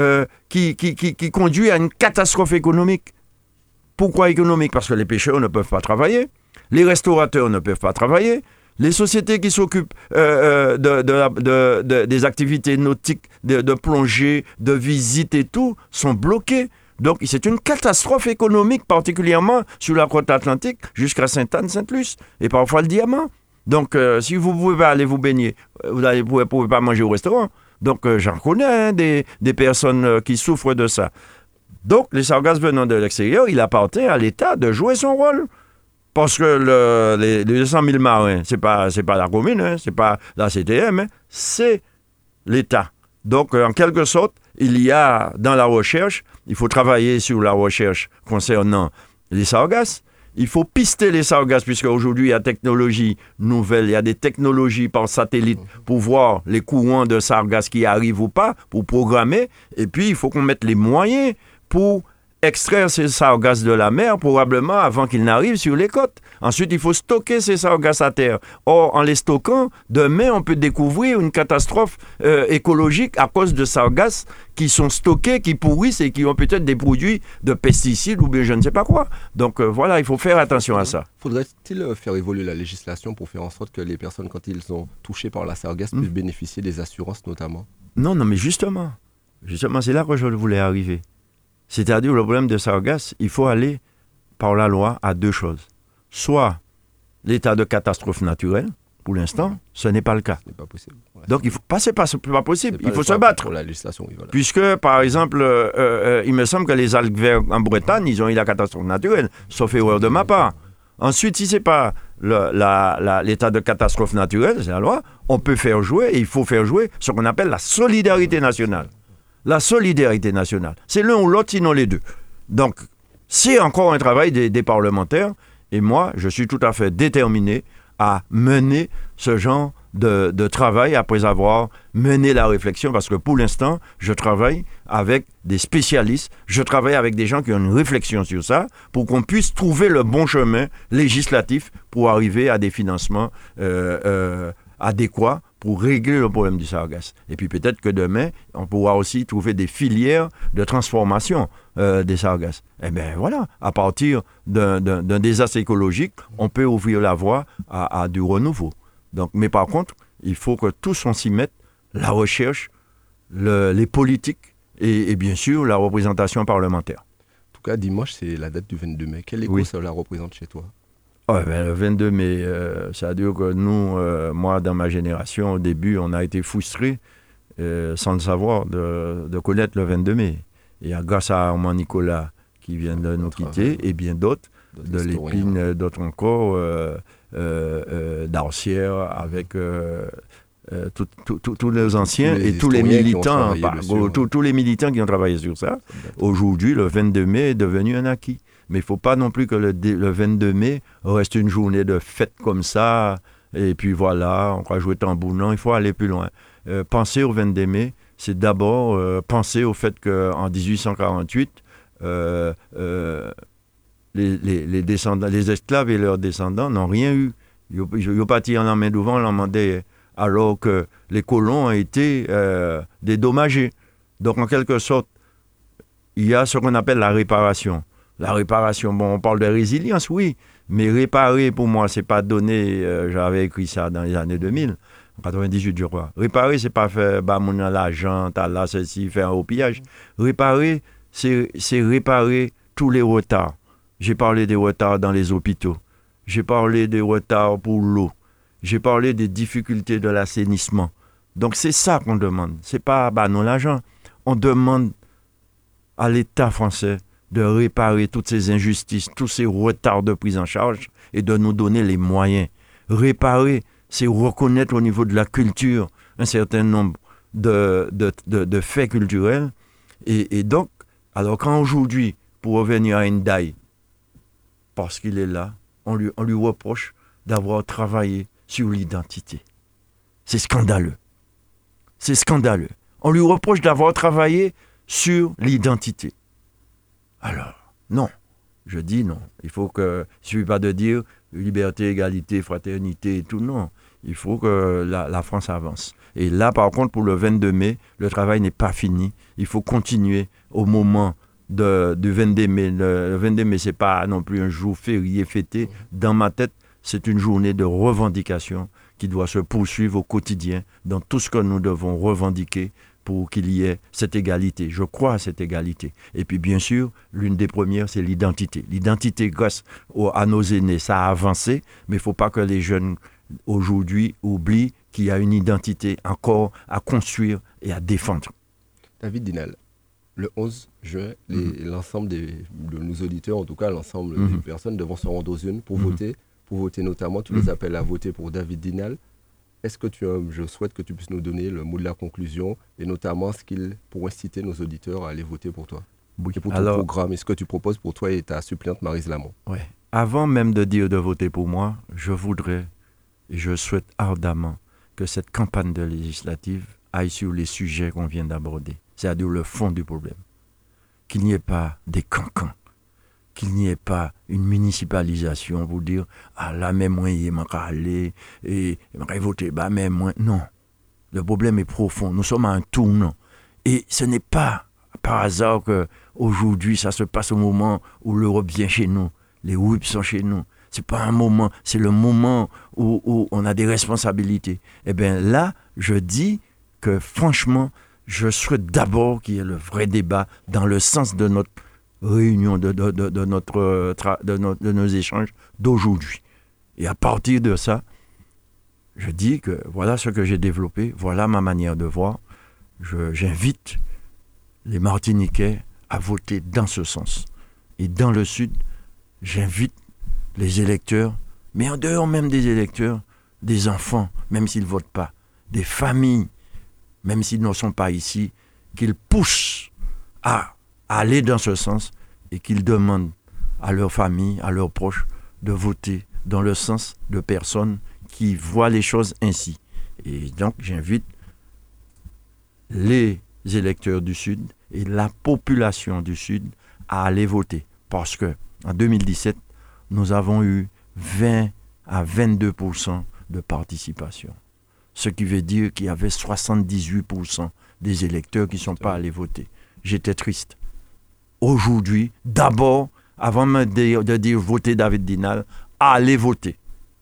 qui conduit à une catastrophe économique. Pourquoi économique ? Parce que les pêcheurs ne peuvent pas travailler, les restaurateurs ne peuvent pas travailler, les sociétés qui s'occupent des activités nautiques, de plongée, de visite et tout, sont bloquées. Donc, c'est une catastrophe économique, particulièrement sur la côte atlantique, jusqu'à Sainte-Anne-Sainte-Luce, et parfois le Diamant. Donc, si vous ne pouvez pas aller vous baigner, vous ne pouvez pas manger au restaurant. Donc, j'en connais des personnes qui souffrent de ça. Donc, les sargasses venant de l'extérieur, il appartient à l'État de jouer son rôle. Parce que les 200 000 marins, c'est pas la commune, hein, c'est pas la CTM, hein, c'est l'État. Donc, en quelque sorte, il y a dans la recherche, il faut travailler sur la recherche concernant les sargasses. Il faut pister les sargasses, puisque aujourd'hui, il y a technologie nouvelle, il y a des technologies par satellite pour voir les courants de sargasses qui arrivent ou pas, pour programmer. Et puis, il faut qu'on mette les moyens pour extraire ces sargasses de la mer, probablement avant qu'ils n'arrivent sur les côtes. Ensuite, il faut stocker ces sargasses à terre. Or, en les stockant, demain, on peut découvrir une catastrophe écologique à cause de sargasses qui sont stockées, qui pourrissent et qui ont peut-être des produits de pesticides ou bien je ne sais pas quoi. Donc voilà, il faut faire attention à ça. Faudrait-il faire évoluer la législation pour faire en sorte que les personnes, quand ils sont touchées par la sargasse, puissent bénéficier des assurances notamment ? Non, mais justement. Justement, c'est là que je voulais arriver. C'est-à-dire, le problème de Sargasses, il faut aller par la loi à deux choses. Soit l'état de catastrophe naturelle, pour l'instant, ce n'est pas le cas. Ce n'est pas possible. Ouais. Donc, il faut pas, c'est pas possible. C'est pas Il faut se battre. pour la législation, oui, voilà. Puisque, par exemple, il me semble que les algues vertes en Bretagne, ils ont eu la catastrophe naturelle, sauf erreur de ma part. Ensuite, si ce n'est pas l'état de catastrophe naturelle, c'est la loi, on peut faire jouer, et il faut faire jouer ce qu'on appelle la solidarité nationale. La solidarité nationale. C'est l'un ou l'autre, sinon les deux. Donc, c'est encore un travail des parlementaires, et moi, je suis tout à fait déterminé à mener ce genre de travail après avoir mené la réflexion, parce que pour l'instant, je travaille avec des spécialistes, je travaille avec des gens qui ont une réflexion sur ça, pour qu'on puisse trouver le bon chemin législatif pour arriver à des financements adéquats pour régler le problème du sargasse. Et puis peut-être que demain, on pourra aussi trouver des filières de transformation des sargasses. Et bien voilà, à partir d'un désastre écologique, on peut ouvrir la voie à du renouveau. Donc, mais par contre, il faut que tous on s'y mette, la recherche, les politiques et bien sûr la représentation parlementaire. En tout cas, dimanche, c'est la date du 22 mai. Quel écho cela représente chez toi ? Le 22 mai, ça veut dire que nous, moi, dans ma génération, au début, on a été frustrés, sans le savoir, de connaître le 22 mai. Et grâce à Armand Nicolas, qui vient de nous quitter, et bien d'autres, de Lépine, d'autres encore, d'Arcière, avec tous les anciens et tous les militants, tous les militants qui ont travaillé sur ça. Aujourd'hui, le 22 mai est devenu un acquis. Mais il ne faut pas non plus que le 22 mai reste une journée de fête comme ça, et puis voilà, on va jouer tambour. Non, il faut aller plus loin. Penser au 22 mai, c'est d'abord penser au fait qu'en 1848, les esclaves et leurs descendants n'ont rien eu. Ils sont partis en main devant, alors que les colons ont été dédommagés. Donc, en quelque sorte, il y a ce qu'on appelle la réparation. La réparation, bon, on parle de résilience, oui, mais réparer, pour moi, c'est pas donner, j'avais écrit ça dans les années 2000, en 98, je crois. Réparer, c'est pas faire, mon l'argent, t'as là, ceci, faire un pillage. Réparer, c'est réparer tous les retards. J'ai parlé des retards dans les hôpitaux. J'ai parlé des retards pour l'eau. J'ai parlé des difficultés de l'assainissement. Donc, c'est ça qu'on demande. C'est pas, non, l'argent. On demande à l'État français de réparer toutes ces injustices, tous ces retards de prise en charge et de nous donner les moyens. Réparer, c'est reconnaître au niveau de la culture un certain nombre de faits culturels. Et donc, alors quand aujourd'hui, pour revenir à Ndiaye, parce qu'il est là, on lui reproche d'avoir travaillé sur l'identité. C'est scandaleux. C'est scandaleux. On lui reproche d'avoir travaillé sur l'identité. Alors, non. Je dis non. Il faut que, il ne suffit pas de dire liberté, égalité, fraternité et tout, non. Il faut que la France avance. Et là, par contre, pour le 22 mai, le travail n'est pas fini. Il faut continuer au moment du 22 mai. Le 22 mai, ce n'est pas non plus un jour férié, fêté. Dans ma tête, c'est une journée de revendication qui doit se poursuivre au quotidien dans tout ce que nous devons revendiquer pour qu'il y ait cette égalité. Je crois à cette égalité. Et puis, bien sûr, l'une des premières, c'est l'identité. L'identité, grâce à nos aînés, ça a avancé, mais il ne faut pas que les jeunes, aujourd'hui, oublient qu'il y a une identité encore à construire et à défendre. David Dinal, le 11 juin, l'ensemble de nos auditeurs, en tout cas l'ensemble des personnes, devront se rendre aux urnes pour voter notamment. Tu les appelles à voter pour David Dinal. Est-ce que je souhaite que tu puisses nous donner le mot de la conclusion et notamment pour inciter nos auditeurs à aller voter pour toi et pour ton programme et ce que tu proposes pour toi et ta suppléante Maryse Lamont. Ouais. Avant même de dire de voter pour moi, je voudrais et je souhaite ardemment que cette campagne de législative aille sur les sujets qu'on vient d'aborder, c'est-à-dire le fond du problème. Qu'il n'y ait pas des cancans, qu'il n'y ait pas une municipalisation pour dire « Ah là, même moi, il m'a aller et il m'a voté, même moi. » Non. Le problème est profond. Nous sommes à un tournant. Et ce n'est pas par hasard qu'aujourd'hui, ça se passe au moment où l'Europe vient chez nous. Les WIP sont chez nous. C'est pas un moment, c'est le moment où on a des responsabilités. Eh bien là, je dis que franchement, je souhaite d'abord qu'il y ait le vrai débat dans le sens de notre réunion, de nos échanges d'aujourd'hui. Et à partir de ça, je dis que voilà ce que j'ai développé, voilà ma manière de voir. J'invite les Martiniquais à voter dans ce sens. Et dans le Sud, j'invite les électeurs, mais en dehors même des électeurs, des enfants, même s'ils ne votent pas, des familles, même s'ils ne sont pas ici, qu'ils poussent à aller dans ce sens et qu'ils demandent à leurs familles, à leurs proches, de voter dans le sens de personnes qui voient les choses ainsi. Et donc, j'invite les électeurs du Sud et la population du Sud à aller voter. Parce qu'en 2017, nous avons eu 20 à 22% de participation. Ce qui veut dire qu'il y avait 78% des électeurs qui ne sont pas allés voter. J'étais triste. Aujourd'hui, d'abord, avant de dire voter David Dinal, allez voter.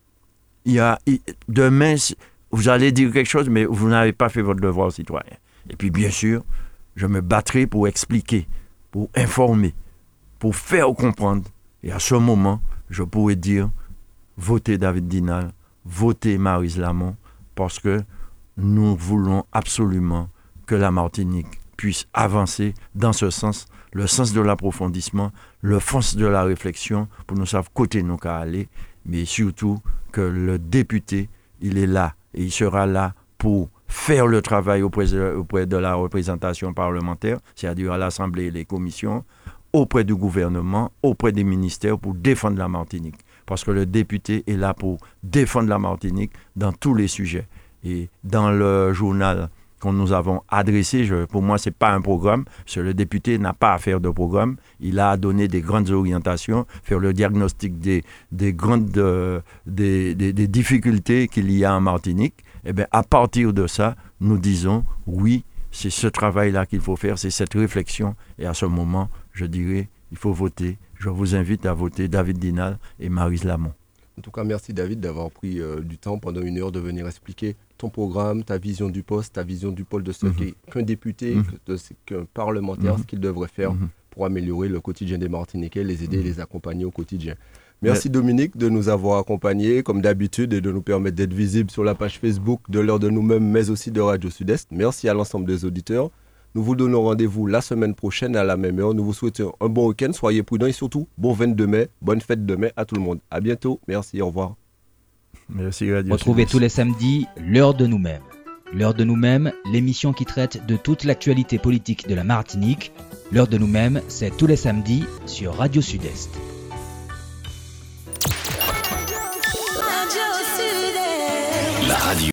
Demain, vous allez dire quelque chose, mais vous n'avez pas fait votre devoir citoyen. Et puis, bien sûr, je me battrai pour expliquer, pour informer, pour faire comprendre. Et à ce moment, je pourrais dire, votez David Dinal, votez Maryse Lamont, parce que nous voulons absolument que la Martinique puisse avancer dans ce sens, le sens de l'approfondissement, le sens de la réflexion, pour nous savoir côté nous qu'à aller, mais surtout que le député, il est là, et il sera là pour faire le travail auprès de la représentation parlementaire, c'est-à-dire à l'Assemblée et les commissions, auprès du gouvernement, auprès des ministères pour défendre la Martinique. Parce que le député est là pour défendre la Martinique dans tous les sujets. Et dans le journal que nous avons adressé, pour moi, ce n'est pas un programme, parce que le député n'a pas à faire de programme. Il a à donner des grandes orientations, faire le diagnostic des difficultés qu'il y a en Martinique. Et bien, à partir de ça, nous disons, oui, c'est ce travail-là qu'il faut faire, c'est cette réflexion. Et à ce moment, je dirais, il faut voter. Je vous invite à voter David Dinal et Maryse Lamont. En tout cas, merci David d'avoir pris du temps pendant 1 heure de venir expliquer ton programme, ta vision du poste, ta vision du pôle de ce qu'un député, qu'un parlementaire, ce qu'il devrait faire pour améliorer le quotidien des Martiniquais, les aider et les accompagner au quotidien. Merci Dominique de nous avoir accompagnés comme d'habitude et de nous permettre d'être visibles sur la page Facebook de l'heure de nous-mêmes, mais aussi de Radio Sud-Est. Merci à l'ensemble des auditeurs. Nous vous donnons rendez-vous la semaine prochaine à la même heure. Nous vous souhaitons un bon week-end, soyez prudents et surtout, bon 22 mai, bonne fête de mai à tout le monde. À bientôt, merci, au revoir. Merci Radio Retrouvez Sud-Est. tous les samedis l'heure de nous-mêmes. L'heure de nous-mêmes, l'émission qui traite de toute l'actualité politique de la Martinique. L'heure de nous-mêmes, c'est tous les samedis sur Radio Sud-Est.